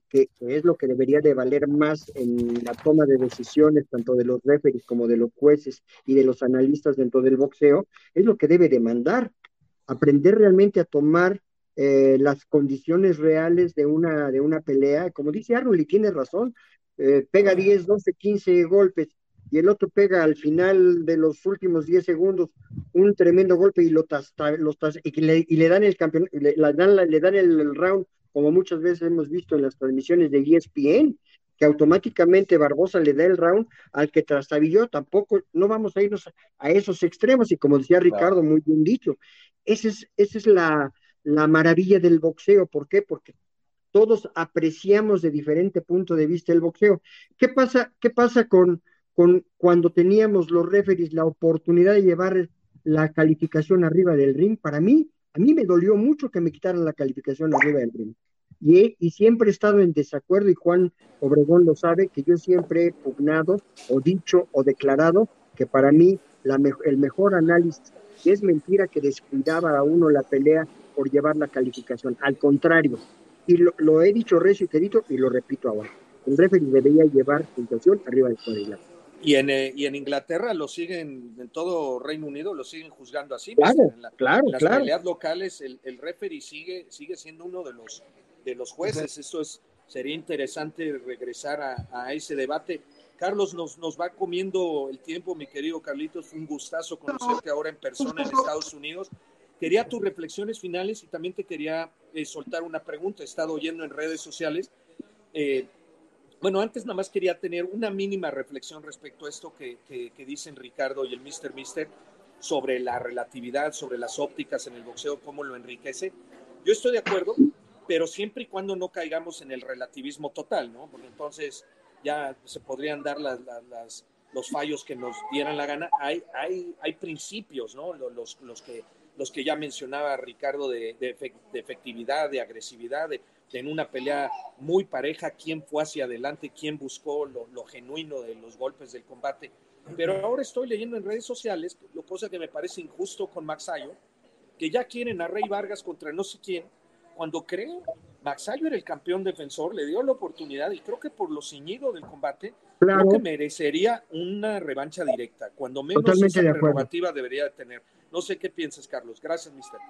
que, que es lo que debería de valer más en la toma de decisiones, tanto de los referees como de los jueces y de los analistas dentro del boxeo, es lo que debe demandar, aprender realmente a tomar eh, las condiciones reales de una, de una pelea. Como dice Arnold, y tiene razón, eh, pega diez, doce, quince golpes, y el otro pega al final de los últimos diez segundos un tremendo golpe y lo tasta, los tasta, y, le, y le dan el campeón, le, le dan, la, le dan el, el round, como muchas veces hemos visto en las transmisiones de E S P N, que automáticamente Barbosa le da el round al que trastabilló. Tampoco, no vamos a irnos a, a esos extremos, y como decía Ricardo, muy bien dicho, esa es, esa es la, la maravilla del boxeo. ¿Por qué? Porque todos apreciamos de diferente punto de vista el boxeo. ¿Qué pasa, qué pasa con, con cuando teníamos los referees la oportunidad de llevar la calificación arriba del ring? Para mí, a mí me dolió mucho que me quitaran la calificación arriba del ring. Y, he, y siempre he estado en desacuerdo, y Juan Obregón lo sabe, que yo siempre he pugnado o dicho o declarado que para mí la me el mejor análisis, que es mentira que descuidaba a uno la pelea por llevar la calificación. Al contrario, y lo, lo he dicho recio y querido, y lo repito ahora, el referee debería llevar puntuación arriba del cuadrilátero. Y en, eh, y en Inglaterra lo siguen, en todo Reino Unido lo siguen juzgando así. Claro, en, la, claro, en las claro. peleas locales el, el referee sigue, sigue siendo uno de los, de los jueces. Sí. Eso es, sería interesante regresar a, a ese debate. Carlos, nos, nos va comiendo el tiempo, mi querido Carlitos. Fue un gustazo conocerte ahora en persona en Estados Unidos. Quería tus reflexiones finales, y también te quería eh, soltar una pregunta. He estado oyendo en redes sociales. Eh, Bueno, antes nada más quería tener una mínima reflexión respecto a esto que, que, que dicen Ricardo y el mister Mister sobre la relatividad, sobre las ópticas en el boxeo, cómo lo enriquece. Yo estoy de acuerdo, pero siempre y cuando no caigamos en el relativismo total, ¿no? Porque entonces ya se podrían dar las, las, las, los fallos que nos dieran la gana. Hay, hay, hay principios, ¿no? Los, los, que, los que ya mencionaba Ricardo de, de, de efectividad, de agresividad, de en una pelea muy pareja, quién fue hacia adelante, quién buscó lo, lo genuino de los golpes del combate. Pero ahora estoy leyendo en redes sociales, lo cosa que me parece injusto con Magsayo, que ya quieren a Rey Vargas contra no sé quién, cuando creo Magsayo era el campeón defensor, le dio la oportunidad, y creo que por lo ceñido del combate, claro, creo que merecería una revancha directa, cuando menos totalmente esa prerrogativa debería de tener. No sé qué piensas, Carlos. Gracias, mister.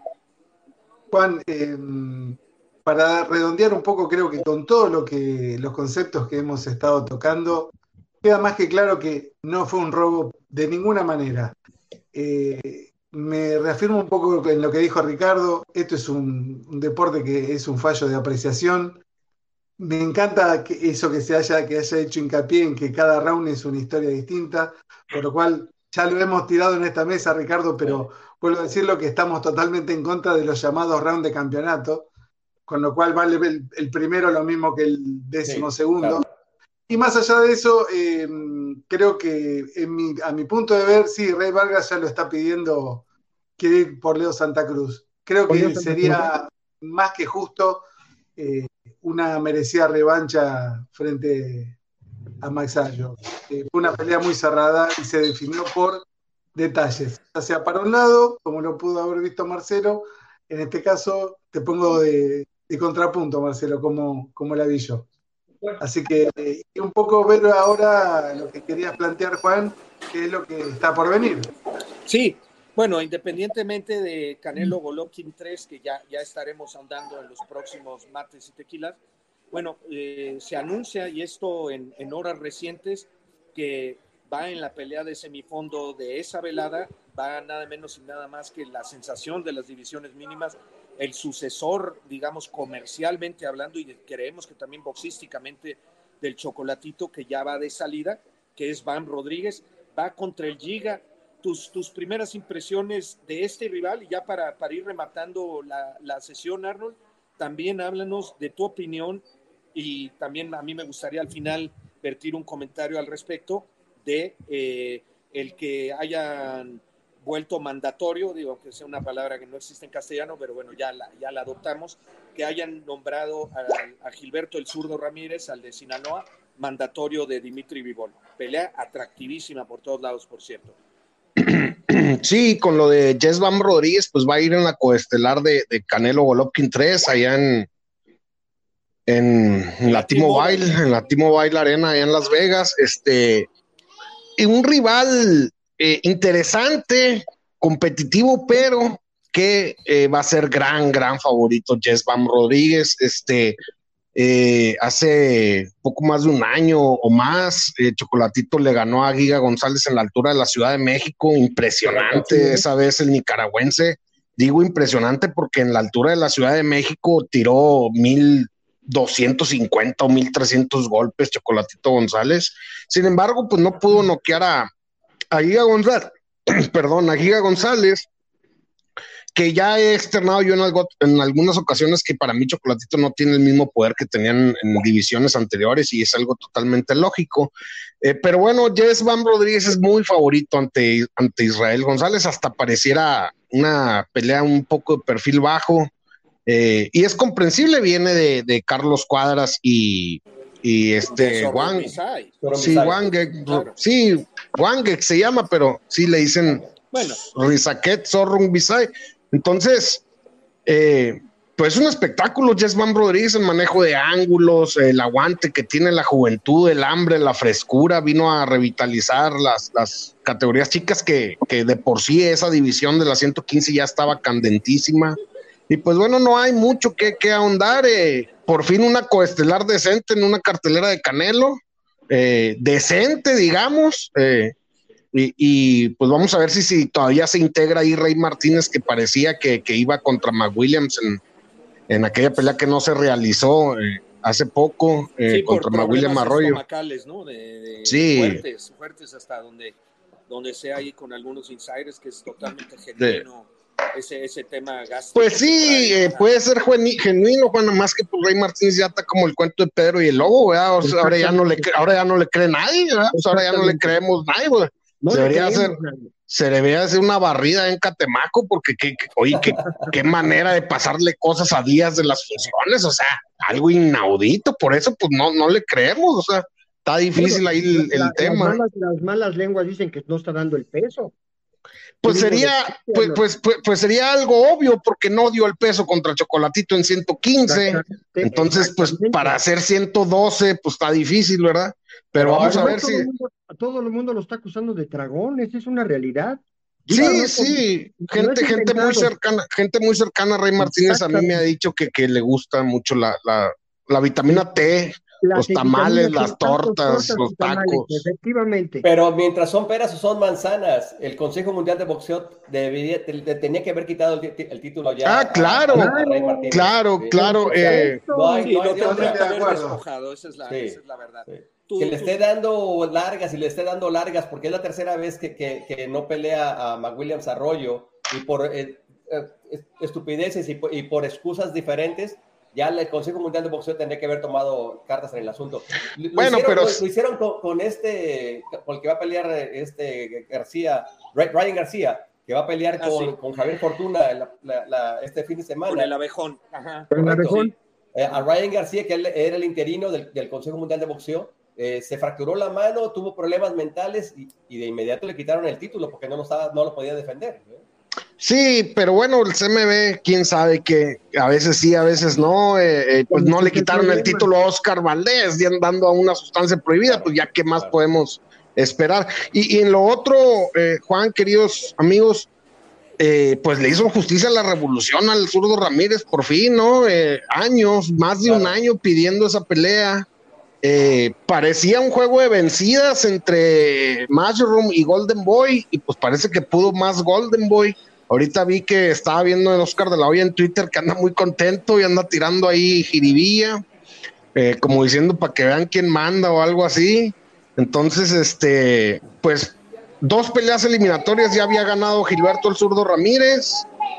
Juan, eh... para redondear un poco, creo que con todo lo que los conceptos que hemos estado tocando, queda más que claro que no fue un robo de ninguna manera. Eh, me reafirmo un poco en lo que dijo Ricardo. Esto es un, un deporte que es un fallo de apreciación. Me encanta que eso que se haya, que haya hecho hincapié en que cada round es una historia distinta, por lo cual ya lo hemos tirado en esta mesa, Ricardo, pero vuelvo a decirlo que estamos totalmente en contra de los llamados round de campeonato, con lo cual vale el, el primero lo mismo que el décimo sí, segundo. Claro. Y más allá de eso, eh, creo que en mi, a mi punto de ver, sí, Rey Vargas ya lo está pidiendo, quiere ir por Leo Santa Cruz. Creo que sería más que justo eh, una merecida revancha frente a Magsayo. Eh, fue una pelea muy cerrada y se definió por detalles, ya sea para un lado, como lo pudo haber visto Marcelo. En este caso te pongo de, de contrapunto, Marcelo, como, como la vi yo. Así que eh, un poco ver ahora lo que querías plantear, Juan, que es lo que está por venir. Sí, bueno, independientemente de Canelo Golovkin tres, que ya, ya estaremos andando en los próximos mates y tequilas, bueno, eh, se anuncia, y esto en, en horas recientes, que va en la pelea de semifondo de esa velada, va nada menos y nada más que la sensación de las divisiones mínimas, el sucesor, digamos, comercialmente hablando, y creemos que también boxísticamente, del Chocolatito, que ya va de salida, que es Bam Rodríguez, va contra el Giga. Tus, tus primeras impresiones de este rival, y ya para, para ir rematando la, la sesión, Arnold, también háblanos de tu opinión, y también a mí me gustaría al final vertir un comentario al respecto de eh, el que hayan vuelto mandatorio, digo que sea una palabra que no existe en castellano, pero bueno, ya la, ya la adoptamos, que hayan nombrado a, a Gilberto el Zurdo Ramírez, al de Sinaloa, mandatorio de Dimitri Bivol. Pelea atractivísima por todos lados, por cierto. Sí, con lo de Jess Bam Rodríguez, pues va a ir en la coestelar de, de Canelo Golovkin tres, allá en, en, en la T-Mobile, en la T-Mobile Arena allá en Las Vegas. Este, y un rival eh, interesante, competitivo, pero que eh, va a ser gran, gran favorito, Jess Bam Rodríguez. Este, eh, hace poco más de un año o más, eh, Chocolatito le ganó a Giga González en la altura de la Ciudad de México. Impresionante esa vez el nicaragüense. Digo impresionante porque en la altura de la Ciudad de México tiró mil doscientos cincuenta o mil trescientos golpes Chocolatito González. Sin embargo, pues no pudo noquear a, a Giga González, perdón, a Giga González, que ya he externado yo en, algo, en algunas ocasiones que para mí Chocolatito no tiene el mismo poder que tenían en divisiones anteriores, y es algo totalmente lógico. Eh, pero bueno, Jess Bam Rodríguez es muy favorito ante, ante Israel González, hasta pareciera una pelea un poco de perfil bajo, eh, y es comprensible, viene de, de Carlos Cuadras y, y este Wang, sí, Wangek, claro. sí, Wangek se llama, pero sí le dicen bueno, Rizaket Sorrung Bisay. Entonces, eh, pues un espectáculo, Jess Bam Rodríguez, el manejo de ángulos, el aguante que tiene, la juventud, el hambre, la frescura, vino a revitalizar las, las categorías chicas que, que de por sí esa división de la ciento quince ya estaba candentísima. Y pues bueno, no hay mucho que, que ahondar, eh, por fin una coestelar decente en una cartelera de Canelo, eh, decente, digamos, eh, Y, y pues vamos a ver si, si todavía se integra ahí Rey Martínez, que parecía que, que iba contra McWilliams en, en aquella pelea que no se realizó eh, hace poco eh, sí, contra McWilliams Arroyo. ¿No? De, de sí. Fuertes, fuertes hasta donde, donde sea ahí con algunos insiders, que es totalmente genuino de, ese, ese tema gástrico. Pues sí, eh, puede ser genuino, Juan, más que pues Rey Martínez ya está como el cuento de Pedro y el Lobo, ¿verdad? O sea, ahora, ya no le, ahora ya no le cree nadie, ¿verdad? Pues ahora ya no le creemos nadie, ¿verdad? No se, debería hacer, se debería hacer una barrida en Catemaco, porque qué, qué, oye, qué, qué manera de pasarle cosas a días de las funciones, o sea, algo inaudito, por eso pues no, no le creemos, o sea, está difícil bueno, ahí el, el la, tema. Las malas, las malas lenguas dicen que no está dando el peso. Pues sería, pues, pues, pues, pues sería algo obvio, porque no dio el peso contra Chocolatito en ciento quince, entonces pues para hacer ciento doce, pues está difícil, ¿verdad? Pero, Pero vamos a ver todo si... El mundo, todo el mundo lo está acusando de tragón, esa es una realidad. Sí, no, no, sí, no, gente, no gente muy cercana, gente muy cercana a Rey Martínez a mí me ha dicho que, que le gusta mucho la, la, la vitamina T, las los tamales, las tortas, los tamales, tacos. Efectivamente. Pero mientras son peras o son manzanas, el Consejo Mundial de Boxeo debería, te, te tenía que haber quitado el, el título ya. Ah, claro, a, a Rey Martínez. claro, sí. claro. Eh, no hay, sí, no hay lo tendría que haber despojado, esa es la, sí, esa es la verdad. Sí. Tú, que le esté dando largas y le esté dando largas, porque es la tercera vez que, que, que no pelea a McWilliams Arroyo, y por eh, eh, estupideces y por, y por excusas diferentes, ya el Consejo Mundial de Boxeo tendría que haber tomado cartas en el asunto. Lo, bueno, hicieron, pero... Lo, lo hicieron con, con este, con el que va a pelear este García, Ryan García, que va a pelear ah, con, sí. con Javier Fortuna la, la, la, este fin de semana. Con el abejón. Ajá. Con el abejón. Sí. Eh, a Ryan García, que él era el interino del, del Consejo Mundial de Boxeo, Eh, se fracturó la mano, tuvo problemas mentales y, y de inmediato le quitaron el título porque no lo, estaba, no lo podía defender. ¿eh? Sí, pero bueno, el C M B, quién sabe que a veces sí, a veces no, eh, eh, pues no le quitaron el título a Oscar Valdés, dando a una sustancia prohibida, claro, pues ya qué más claro. podemos esperar. Y, y en lo otro, eh, Juan, queridos amigos, eh, pues le hizo justicia a la revolución al zurdo Ramírez, por fin, ¿no? Eh, años, más de claro. un año pidiendo esa pelea. Eh, parecía un juego de vencidas entre Mushroom y Golden Boy, y pues parece que pudo más Golden Boy. Ahorita vi que estaba viendo en Oscar de la Hoya en Twitter que anda muy contento y anda tirando ahí jiribilla, eh, como diciendo para que vean quién manda o algo así. Entonces, este, pues dos peleas eliminatorias ya había ganado Gilberto el zurdo Ramírez,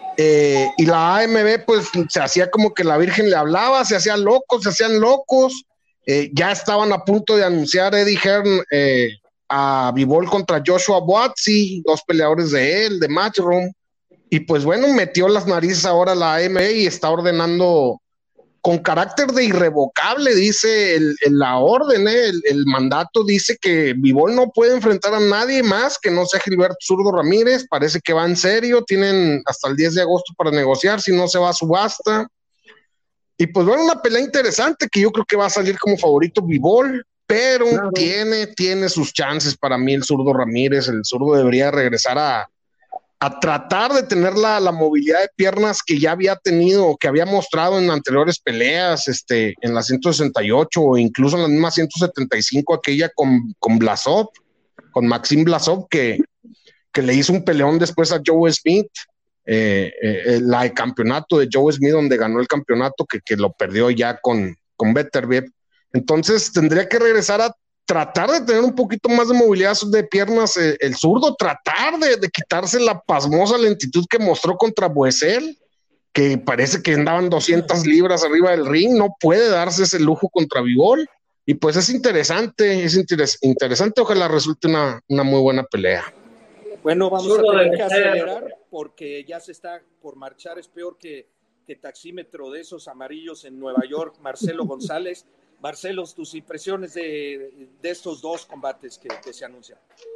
eh, y la A M B pues se hacía como que la Virgen le hablaba, se hacían locos, se hacían locos. Eh, ya estaban a punto de anunciar Eddie Hearn eh, a Bivol contra Joshua Buatsi, dos peleadores de él, de Matchroom, y pues bueno, metió las narices ahora la A M B y está ordenando con carácter de irrevocable, dice el, el, la orden, eh, el, el mandato dice que Bivol no puede enfrentar a nadie más que no sea Gilberto Zurdo Ramírez, parece que va en serio, tienen hasta el diez de agosto para negociar, si no se va a subasta. Y pues bueno, una pelea interesante que yo creo que va a salir como favorito Bivol, pero claro. tiene, tiene sus chances para mí el zurdo Ramírez. El zurdo debería regresar a, a tratar de tener la, la movilidad de piernas que ya había tenido, que había mostrado en anteriores peleas, este, en la ciento sesenta y ocho o incluso en la misma ciento setenta y cinco, aquella con, con Blasov, con Maxim Blasov, que, que le hizo un peleón después a Joe Smith. Eh, eh, la de campeonato de Joe Smith, donde ganó el campeonato, que, que lo perdió ya con, con Beterbiev. Entonces tendría que regresar a tratar de tener un poquito más de movilidad de piernas, eh, el zurdo, tratar de, de quitarse la pasmosa lentitud que mostró contra Boesel, que parece que andaban doscientas libras arriba del ring. No puede darse ese lujo contra Bivol, y pues es interesante, es interes- interesante, ojalá resulte una, una muy buena pelea. Bueno, vamos a tener que acelerar porque ya se está por marchar. Es peor que, que taxímetro de esos amarillos en Nueva York. Marcelo González. Marcelo, tus impresiones de, de estos dos combates que, que se anuncian.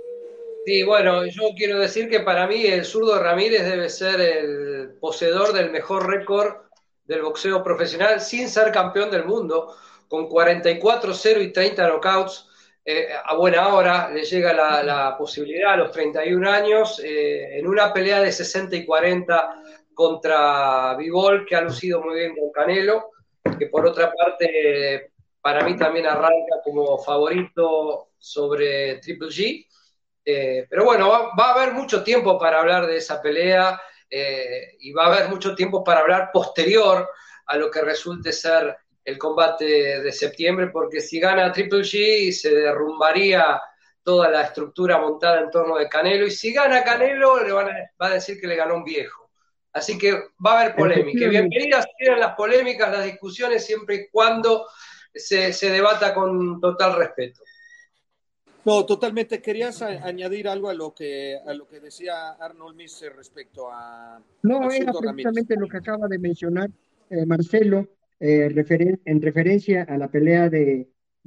Sí, bueno, yo quiero decir que para mí el zurdo Ramírez debe ser el poseedor del mejor récord del boxeo profesional sin ser campeón del mundo, con cuarenta y cuatro cero y treinta knockouts. Eh, a buena hora le llega la, la posibilidad a los treinta y un años, eh, en una pelea de sesenta y cuarenta contra Bivol, que ha lucido muy bien con Canelo, que por otra parte para mí también arranca como favorito sobre Triple G. Eh, pero bueno, va, va a haber mucho tiempo para hablar de esa pelea, eh, y va a haber mucho tiempo para hablar posterior a lo que resulte ser el combate de septiembre, porque si gana Triple G se derrumbaría toda la estructura montada en torno de Canelo, y si gana Canelo le van a, va a decir que le ganó un viejo. Así que va a haber polémica. Bienvenidas sean las polémicas, las discusiones, siempre y cuando se, se debata con total respeto. No, totalmente. ¿Querías a, añadir algo a lo que a lo que decía Arnold Mister respecto a No, era precisamente Ramírez? Lo que acaba de mencionar eh, Marcelo, eh, referen en referencia a la pelea de,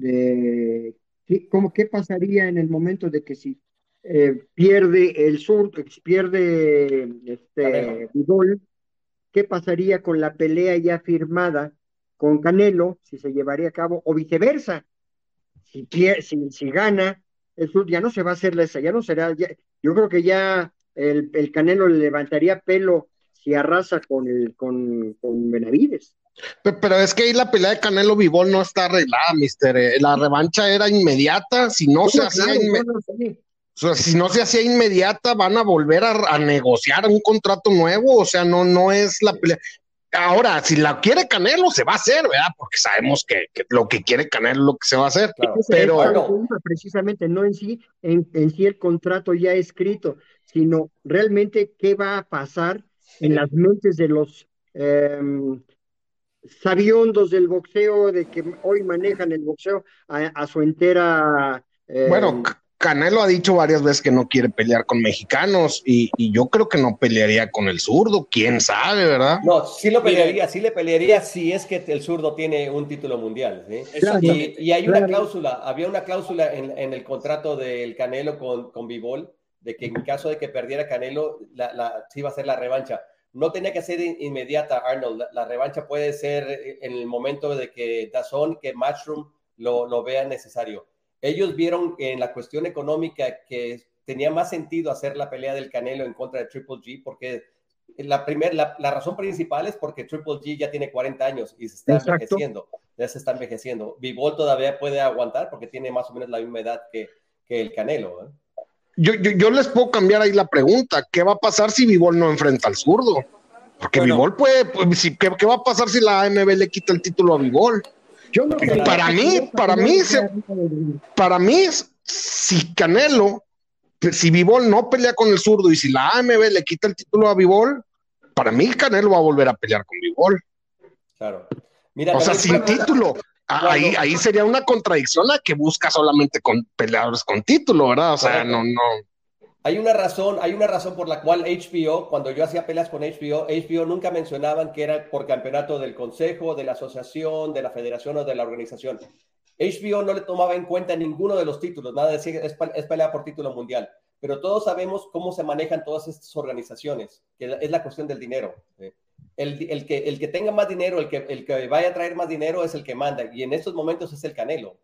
de ¿qué, cómo, ¿qué pasaría en el momento de que si eh, pierde el sur, si pierde este Bivol, qué pasaría con la pelea ya firmada con Canelo, si se llevaría a cabo, o viceversa? Si, pier si, si gana el sur, ya no se va a hacer esa, ya no será, ya, yo creo que ya el, el Canelo le levantaría pelo si arrasa con, el, con, con Benavides. Pero, pero es que ahí la pelea de Canelo Bivol no está arreglada, mister. Eh, la revancha era inmediata, si no, no se hacía claro, inme no, no, o sea, si no se hacía inmediata, van a volver a, a negociar un contrato nuevo, o sea, no, no es la pelea. Ahora, si la quiere Canelo, se va a hacer, ¿verdad? Porque sabemos que, que lo que quiere Canelo es lo que se va a hacer. Claro. Pero bueno, precisamente no en sí, en, en sí el contrato ya escrito, sino realmente qué va a pasar en las mentes de los eh, sabiondos del boxeo, de que hoy manejan el boxeo a, a su entera... Eh, bueno, Canelo ha dicho varias veces que no quiere pelear con mexicanos, y, y yo creo que no pelearía con el zurdo, quién sabe, ¿verdad? No, sí lo pelearía, sí le pelearía si es que el zurdo tiene un título mundial, ¿sí? Y, y hay una cláusula, había una cláusula en, en el contrato del Canelo con, con Bivol, de que en caso de que perdiera Canelo, la, la, sí iba a ser la revancha. No tenía que ser inmediata, Arnold, la, la revancha puede ser en el momento de que DAZN, que Matchroom lo, lo vea necesario. Ellos vieron en la cuestión económica que tenía más sentido hacer la pelea del Canelo en contra de Triple G, porque la, primer, la, la razón principal es porque Triple G ya tiene cuarenta años y se está Exacto. envejeciendo, ya se está envejeciendo. Bivol todavía puede aguantar porque tiene más o menos la misma edad que, que el Canelo, ¿eh? Yo, yo, yo les puedo cambiar ahí la pregunta, ¿qué va a pasar si Bivol no enfrenta al zurdo? Porque bueno, Bivol puede, pues, si, ¿qué, ¿qué va a pasar si la A M B le quita el título a Bivol? Yo no creo, para mí, para mí, se, para mí, si Canelo, si Bivol no pelea con el zurdo y si la A M B le quita el título a Bivol, para mí Canelo va a volver a pelear con Bivol. Claro. Mira, o sea, sin título. Cuando, ahí, ahí sería una contradicción a que busca solamente con peleadores con título, ¿verdad? O sea, no, no. Hay una razón, hay una razón por la cual H B O, cuando yo hacía peleas con H B O, H B O nunca mencionaban que era por campeonato del consejo, de la asociación, de la federación o de la organización. H B O no le tomaba en cuenta ninguno de los títulos, nada de decir es, es pelea por título mundial. Pero todos sabemos cómo se manejan todas estas organizaciones, que es la cuestión del dinero. ¿Sí? el, el, que, el que tenga más dinero, el que, el que vaya a traer más dinero es el que manda, y en estos momentos es el Canelo.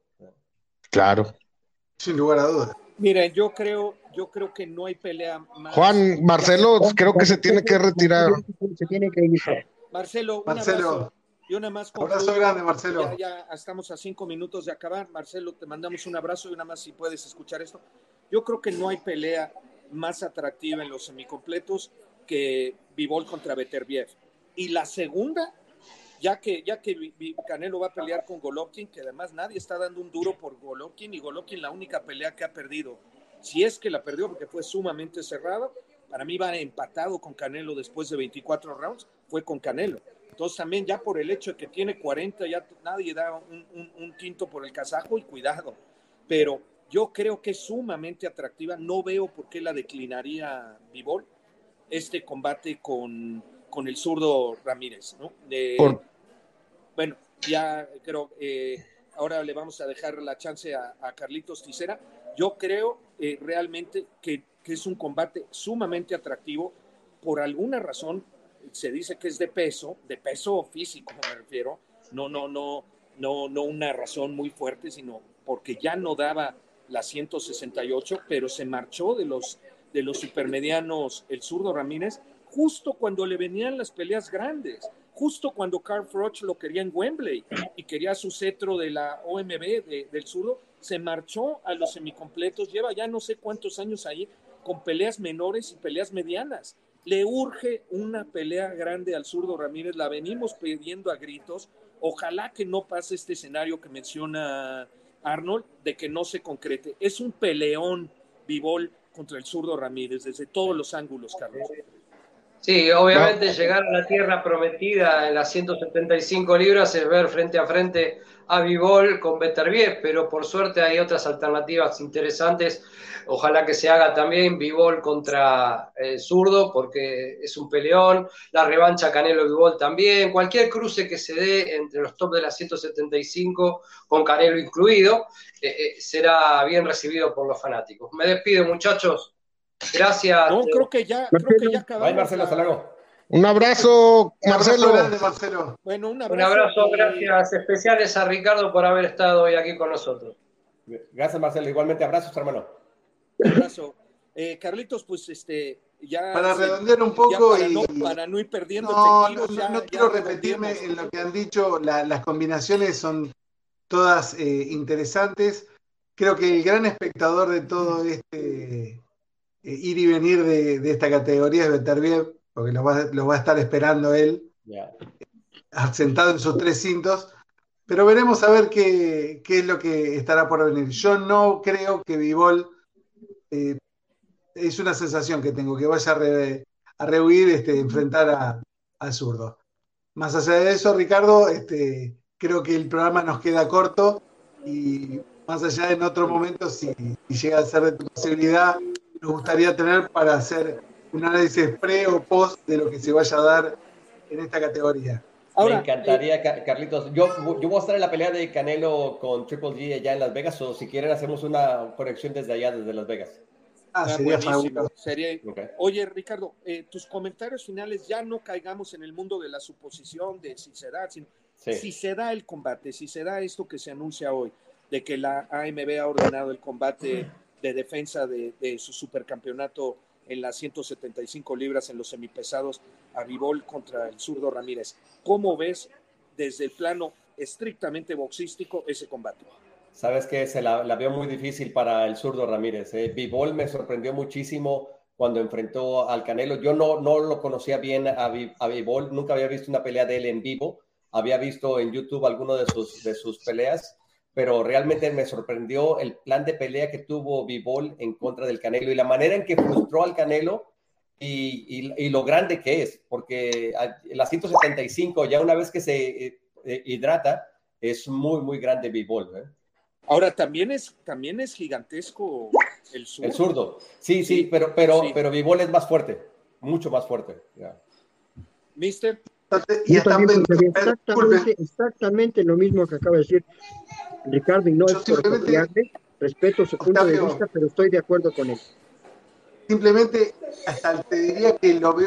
Claro. Sin lugar a dudas. Miren, yo creo, yo creo que no hay pelea más. Juan, Marcelo, creo que se tiene que retirar. Se tiene que iniciar. Marcelo, un Marcelo, abrazo. Yo nada más abrazo grande, Marcelo. Ya, ya estamos a cinco minutos de acabar. Marcelo, te mandamos un abrazo y nada más si puedes escuchar esto. Yo creo que no hay pelea más atractiva en los semicompletos que Bivol contra Beterbiev. Y la segunda, ya que, ya que Canelo va a pelear con Golovkin, que además nadie está dando un duro por Golovkin, y Golovkin la única pelea que ha perdido, si es que la perdió porque fue sumamente cerrado, para mí va empatado con Canelo después de veinticuatro rounds, fue con Canelo. Entonces también ya por el hecho de que tiene cuarenta, ya nadie da un, un, un quinto por el kazajo, y cuidado. Pero yo creo que es sumamente atractiva, no veo por qué la declinaría Bivol, este combate con, con el zurdo Ramírez, ¿no? De, por... Bueno, ya creo, eh, ahora le vamos a dejar la chance a, a Carlitos Tisera. Yo creo eh, realmente que, que es un combate sumamente atractivo. Por alguna razón se dice que es de peso, de peso físico me refiero, no, no, no, no, no una razón muy fuerte, sino porque ya no daba las ciento sesenta y ocho, pero se marchó de los, de los supermedianos el zurdo Ramírez, justo cuando le venían las peleas grandes, justo cuando Carl Froch lo quería en Wembley y quería su cetro de la O M B de, del zurdo, se marchó a los semicompletos, lleva ya no sé cuántos años ahí con peleas menores y peleas medianas. Le urge una pelea grande al zurdo Ramírez, la venimos pidiendo a gritos. Ojalá que no pase este escenario que menciona Arnold, de que no se concrete. Es un peleón Bivol contra el zurdo Ramírez desde todos los ángulos, Carlos. Sí, obviamente no. Llegar a la tierra prometida en las ciento setenta y cinco libras es ver frente a frente a Bivol con Beterbiev, pero por suerte hay otras alternativas interesantes. Ojalá que se haga también Bivol contra el zurdo, porque es un peleón. La revancha Canelo-Bivol también. Cualquier cruce que se dé entre los top de las ciento setenta y cinco, con Canelo incluido, eh, eh, será bien recibido por los fanáticos. Me despido, muchachos. Gracias. No, creo que ya, creo que ya acabamos. Bye, Marcelo, hasta luego. Un abrazo, Marcelo. Un abrazo grande, Marcelo. Bueno, un abrazo. Un abrazo, y... gracias especiales a Ricardo por haber estado hoy aquí con nosotros. Gracias, Marcelo. Igualmente, abrazos, hermano. Un abrazo. Eh, Carlitos, pues este, ya. Para redondear un poco para y. No, para no ir perdiendo. No, no, no, ya, no quiero repetirme en lo que han dicho. La, las combinaciones son todas eh, interesantes. Creo que el gran espectador de todo este. Eh, ir y venir de, de esta categoría es Beterbiev, porque lo va, lo va a estar esperando él, yeah. sentado en sus tres cintos, pero veremos a ver qué, qué es lo que estará por venir. Yo no creo que Bivol, eh, es una sensación que tengo, que vaya a, re, a rehuir, este, enfrentar a, al zurdo. Más allá de eso, Ricardo, este, creo que el programa nos queda corto, y más allá de en otro momento, si, si llega a ser de tu posibilidad, nos gustaría tener para hacer un análisis pre o post de lo que se vaya a dar en esta categoría. Ahora, me encantaría, eh, Carlitos. Yo, yo voy a estar en la pelea de Canelo con Triple G allá en Las Vegas, o si quieren hacemos una conexión desde allá, desde Las Vegas. Ah, ah sería fabuloso. Sería... Okay. Oye, Ricardo, eh, tus comentarios finales, ya no caigamos en el mundo de la suposición de si se da, sino sí. si se da el combate, si se da esto que se anuncia hoy, de que la A M B ha ordenado el combate de defensa de, de su supercampeonato en las ciento setenta y cinco libras en los semipesados a Bivol contra el zurdo Ramírez. ¿Cómo ves desde el plano estrictamente boxístico ese combate? Sabes que se la, la veo muy difícil para el zurdo Ramírez. Eh. Bivol me sorprendió muchísimo cuando enfrentó al Canelo. Yo no, no lo conocía bien a, a Bivol, nunca había visto una pelea de él en vivo. Había visto en YouTube alguno de sus, de sus peleas, pero realmente me sorprendió el plan de pelea que tuvo Bivol en contra del Canelo y la manera en que frustró al Canelo y, y, y lo grande que es, porque la ciento setenta y cinco, ya una vez que se eh, hidrata, es muy, muy grande Bivol. ¿eh? Ahora, también es, también es gigantesco el zurdo. El zurdo, sí, sí, sí pero, pero, sí. pero Bivol es más fuerte, mucho más fuerte. Yeah. Mister. Y también exactamente, exactamente lo mismo que acaba de decir Ricardo, y no es por copiarle, respeto su punto Octavio, de vista, pero estoy de acuerdo con él. Simplemente, hasta te diría que lo veo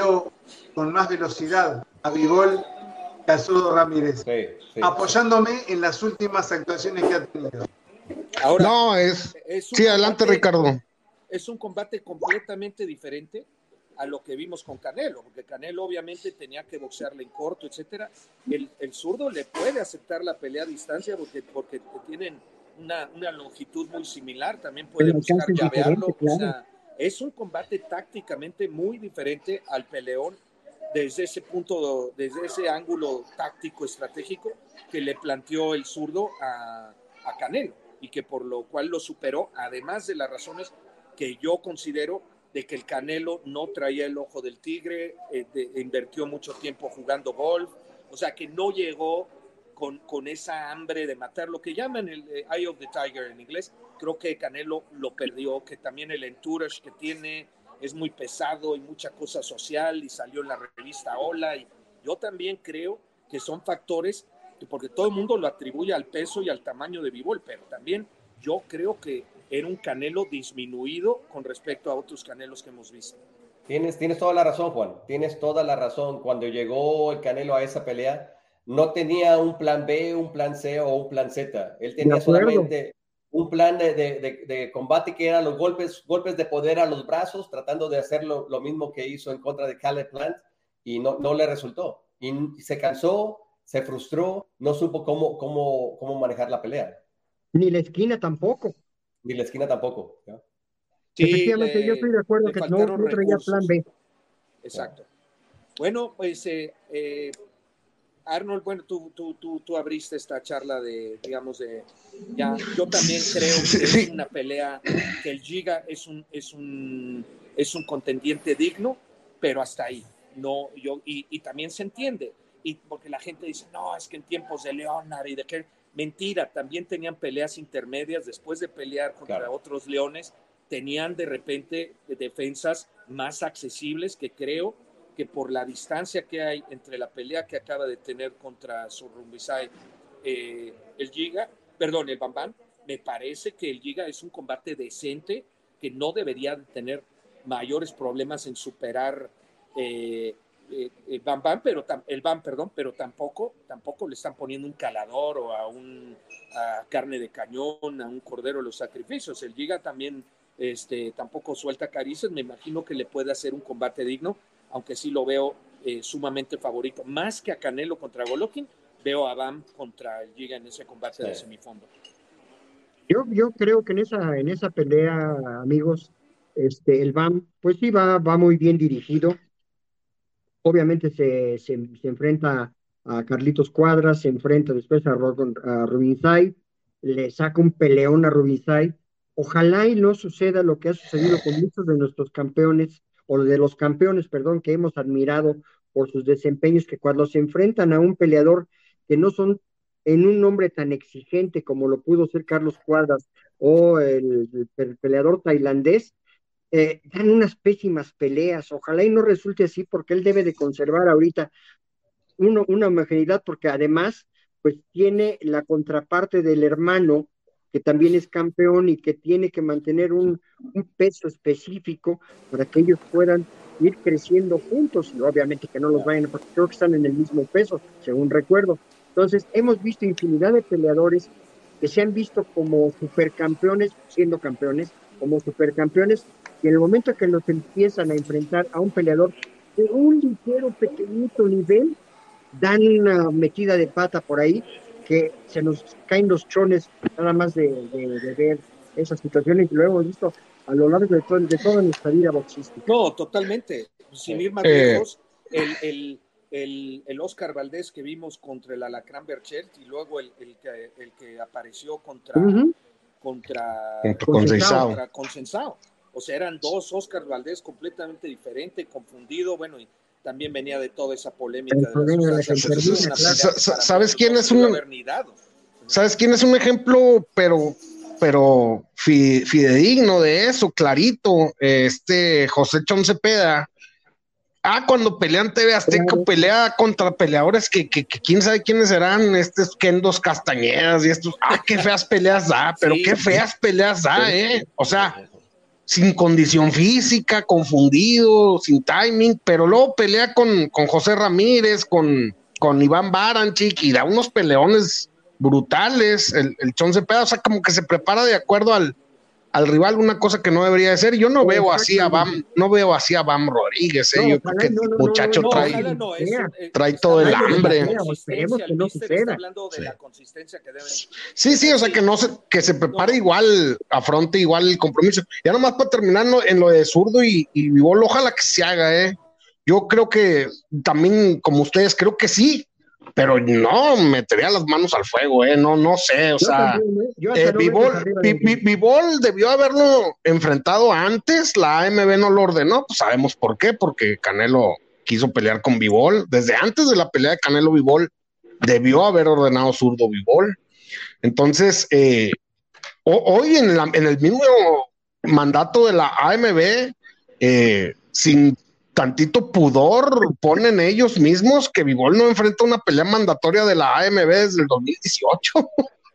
con más velocidad a Bivol que a Zurdo Ramírez, sí, sí, apoyándome sí. en las últimas actuaciones que ha tenido. Ahora, no, es... es sí, adelante, combate, Ricardo. Es un combate completamente diferente a lo que vimos con Canelo, porque Canelo obviamente tenía que boxearle en corto, etcétera. El, el zurdo le puede aceptar la pelea a distancia porque, porque tienen una, una longitud muy similar, también puede buscar llavearlo. Claro. O sea, es un combate tácticamente muy diferente al peleón desde ese punto, desde ese ángulo táctico estratégico que le planteó el zurdo a, a Canelo y que por lo cual lo superó, además de las razones que yo considero de que el Canelo no traía el ojo del tigre, eh, de, invirtió mucho tiempo jugando golf, o sea que no llegó con, con esa hambre de matar, lo que llaman el eh, Eye of the Tiger en inglés. Creo que Canelo lo perdió, que también el entourage que tiene es muy pesado y mucha cosa social, y salió en la revista Hola, y yo también creo que son factores, porque todo el mundo lo atribuye al peso y al tamaño de Bivol, pero también yo creo que era un Canelo disminuido con respecto a otros Canelos que hemos visto. Tienes, tienes toda la razón, Juan, tienes toda la razón. Cuando llegó el Canelo a esa pelea, no tenía un plan B, un plan C o un plan Z. Él tenía solamente un plan de, de, de, de combate que eran los golpes, golpes de poder a los brazos, tratando de hacer lo, lo mismo que hizo en contra de Caleb Plant, y no, no le resultó. Y se cansó, se frustró, no supo cómo, cómo, cómo manejar la pelea. Ni la esquina tampoco. Ni la esquina tampoco. ¿No? Sí, efectivamente, le, yo estoy de acuerdo que no, no traía plan B. Exacto. Bueno, pues eh, eh, Arnold, bueno, tú, tú, tú, tú abriste esta charla de, digamos, de, ya, yo también creo que es una pelea, que el Giga es un, es un, es un contendiente digno, pero hasta ahí, no, yo, y, y también se entiende, y porque la gente dice, no, es que en tiempos de Leonard y de que, mentira, también tenían peleas intermedias, después de pelear contra claro. otros leones, tenían de repente defensas más accesibles, que creo que por la distancia que hay entre la pelea que acaba de tener contra Surrumbisai, eh, el Giga, perdón, el Bam Bam, me parece que el Giga es un combate decente, que no debería tener mayores problemas en superar eh, eh, el Bam Bam, pero tam, el Bam, perdón, pero tampoco, tampoco le están poniendo un calador o a un a carne de cañón, a un cordero de los sacrificios. El Giga también este, tampoco suelta caricias, me imagino que le puede hacer un combate digno, aunque sí lo veo eh, sumamente favorito. Más que a Canelo contra Golovkin, veo a Bam contra el Giga en ese combate sí. de semifondo. Yo, yo creo que en esa, en esa pelea, amigos, este, el Bam, pues sí va, va muy bien dirigido. Obviamente se, se, se enfrenta a Carlitos Cuadras, se enfrenta después a, a Rubinsay, le saca un peleón a Rubinsay. Ojalá y no suceda lo que ha sucedido con muchos de nuestros campeones, o de los campeones, perdón, que hemos admirado por sus desempeños, que cuando se enfrentan a un peleador que no son en un nombre tan exigente como lo pudo ser Carlos Cuadras o el, el, el peleador tailandés, eh, dan unas pésimas peleas. Ojalá y no resulte así, porque él debe de conservar ahorita uno, una homogeneidad, porque además pues tiene la contraparte del hermano, que también es campeón y que tiene que mantener un, un peso específico para que ellos puedan ir creciendo juntos, y obviamente que no los vayan, porque creo que están en el mismo peso, según recuerdo. Entonces, hemos visto infinidad de peleadores que se han visto como supercampeones, siendo campeones, como supercampeones, y en el momento que los empiezan a enfrentar a un peleador de un ligero, pequeñito nivel, dan una metida de pata por ahí, que se nos caen los chones nada más de, de, de ver esas situaciones, y lo hemos visto a lo largo de, todo, de toda nuestra vida boxística. No, totalmente. Sin ir más eh. lejos, el, el, el, el Oscar Valdés que vimos contra el Alacrán Berchelt, y luego el, el, que, el que apareció contra, uh-huh. contra, contra, contra Consensao. O sea, eran dos Oscar Valdés completamente diferentes, confundido, bueno, y también venía de toda esa polémica de la sustancia. ¿Sabes quién es un ¿Sabes quién es un ejemplo, pero pero fidedigno de eso, clarito? Este José Chon Cepeda. Ah, cuando pelean T V Azteca, claro. pelea contra peleadores que, que, que quién sabe quiénes serán, estos Kendos Castañedas y estos. Ah, qué feas peleas da, pero sí, qué feas peleas da, sí. eh. O sea, sin condición física, confundido, sin timing, pero luego pelea con, con José Ramírez, con, con Iván Baranchik y da unos peleones brutales, el, el Chon Cepeda, o sea, como que se prepara de acuerdo al, al rival, una cosa que no debería de ser. Yo no veo así a Bam, no veo así a Bam Rodríguez, ¿eh? No, yo creo que el no, no, muchacho no, no, trae, ojalá no, es, eh, trae está todo el hablando de la hambre. Esperemos consistencia, que no el mister suceda. está hablando de Sí. la consistencia que deben. Sí, sí, o sea, que no se, que se prepare No. igual, afronte igual el compromiso. Ya nomás para terminar ¿no? en lo de Zurdo y, y Bivol, ojalá que se haga, ¿eh? Yo creo que también, como ustedes, creo que sí, pero no metería las manos al fuego, ¿eh? No, no sé, o Yo sea, también, ¿eh? Yo hasta eh, no veo Bivol, arriba Vi- de- Vi- Bivol debió haberlo enfrentado antes, la A M B no lo ordenó, pues sabemos por qué, porque Canelo quiso pelear con Bivol, desde antes de la pelea de Canelo Bivol, debió haber ordenado Zurdo Bivol. Entonces, eh, ho- hoy en, la- en el mismo mandato de la A M B, eh, sin tantito pudor, ponen ellos mismos que Bivol no enfrenta una pelea mandatoria de la A M B desde el dos mil dieciocho.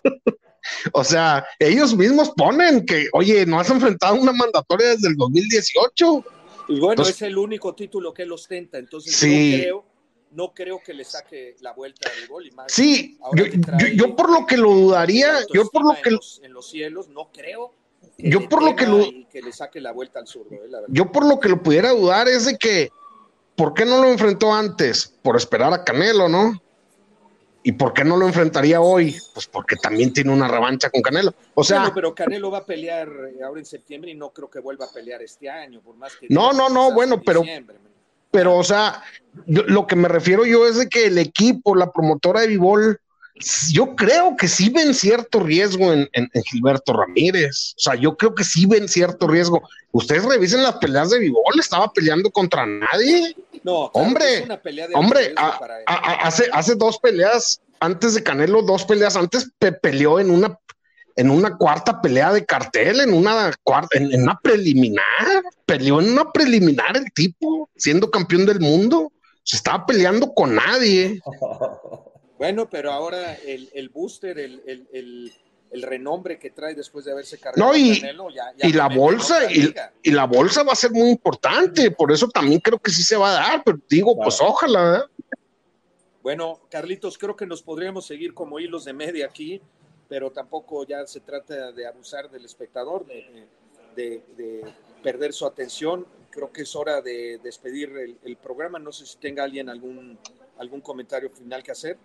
O sea, ellos mismos ponen que, oye, no has enfrentado una mandatoria desde el dos mil dieciocho. Y bueno, Entonces, es el único título que él ostenta, entonces sí. yo creo, no creo que le saque la vuelta a Bivol y más. Sí, ahora yo, que trae, yo, yo por lo que lo dudaría, la yo por lo autoestima que en los, en los cielos, no creo que yo le por lo que tema lo y que le saque la vuelta al zurdo, eh, la verdad. yo por lo que lo pudiera dudar es de que ¿por qué no lo enfrentó antes? Por esperar a Canelo, ¿no? ¿Y por qué no lo enfrentaría hoy? Pues porque también tiene una revancha con Canelo. O sea, Bueno, pero Canelo va a pelear eh, ahora en septiembre y no creo que vuelva a pelear este año, por más que no, diga no, que no, quizás bueno, en pero diciembre, man. pero o sea, yo- lo que me refiero yo es de que el equipo, la promotora de Bivol, yo creo que sí ven cierto riesgo en, en- en Gilberto Ramírez. O sea, yo creo que sí ven cierto riesgo. Ustedes revisen las peleas de Bivol, estaba peleando contra nadie. No, claro Hombre, que es una pelea de alto Hombre, riesgo a- para él. a- a- hace, hace dos peleas antes de Canelo, dos peleas antes, pe- peleó en una, en una cuarta pelea de cartel, en una cuarta, en, en una preliminar, peleó en una preliminar el tipo, siendo campeón del mundo, se estaba peleando con nadie. Bueno, pero ahora el, el booster, el, el, el, el renombre que trae después de haberse cargado No, y, a Canelo, ya, ya y lo la mete en bolsa, otra y, liga. y la bolsa va a ser muy importante, por eso también creo que sí se va a dar, pero digo, Claro. pues ojalá, ¿eh? Bueno, Carlitos, creo que nos podríamos seguir como hilos de media aquí, pero tampoco ya se trata de abusar del espectador, de, de, de perder su atención. Creo que es hora de despedir el, el programa. No sé si tenga alguien algún, algún comentario final que hacer.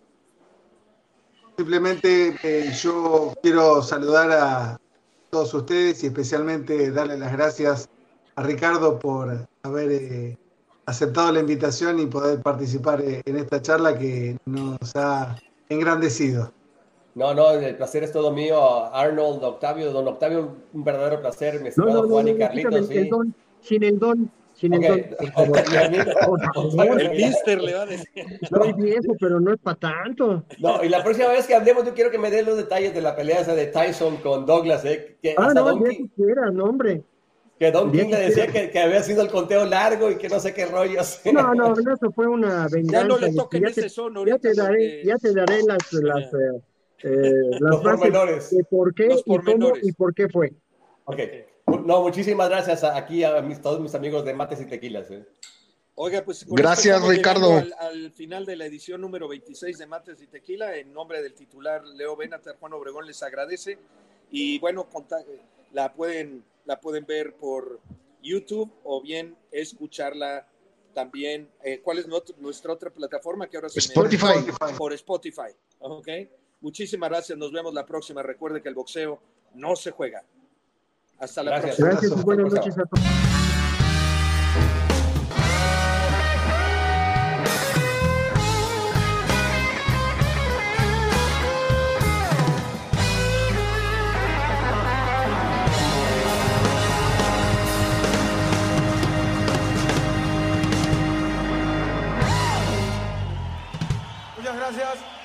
Simplemente eh, yo quiero saludar a todos ustedes y especialmente darle las gracias a Ricardo por haber eh, aceptado la invitación y poder participar eh, en esta charla que nos ha engrandecido. No, no, el placer es todo mío. Arnold, Octavio, don Octavio, un verdadero placer, mi No, estimado no, no, Juan y no, Carlitos. quítame el Sí. don, sin el don, sin Ok. el don, por favor. Y a mí, Por favor. El mister le va a decir. Estoy viejo, pero no es para tanto. No, y la próxima vez que hablemos, yo quiero que me den los detalles de la pelea esa de Tyson con Douglas, ¿eh? Que Ah, hasta no, Don ya King, quisieras, no, hombre. que Don ya King le decía quisiera. que, que había sido el conteo largo y que no sé qué rollos. No, no, no, eso fue una venganza. Ya no le y toquen ya te, ese son ya ahorita te daré, porque ya te daré las, las, eh, eh, las Los bases pormenores. de por qué Los y cómo pormenores. y por qué fue. Ok. No, muchísimas gracias a, aquí a mis, todos mis amigos de Mates y Tequilas. ¿eh? Oiga, pues con Gracias, esto estamos Ricardo. llegando Al, al final de la edición número veintiséis de Mates y Tequila. En nombre del titular Leo Benatar, Juan Obregón les agradece. Y bueno, conta- la pueden, la pueden ver por YouTube o bien escucharla también. Eh, ¿Cuál es nuestra, nuestra otra plataforma? Que ahora se me- Spotify. Por Spotify. Ok. Muchísimas gracias. Nos vemos la próxima. Recuerde que el boxeo no se juega. Hasta la Gracias. próxima. Gracias y Abrazo. buenas Hasta la noches a todos. Muchas gracias.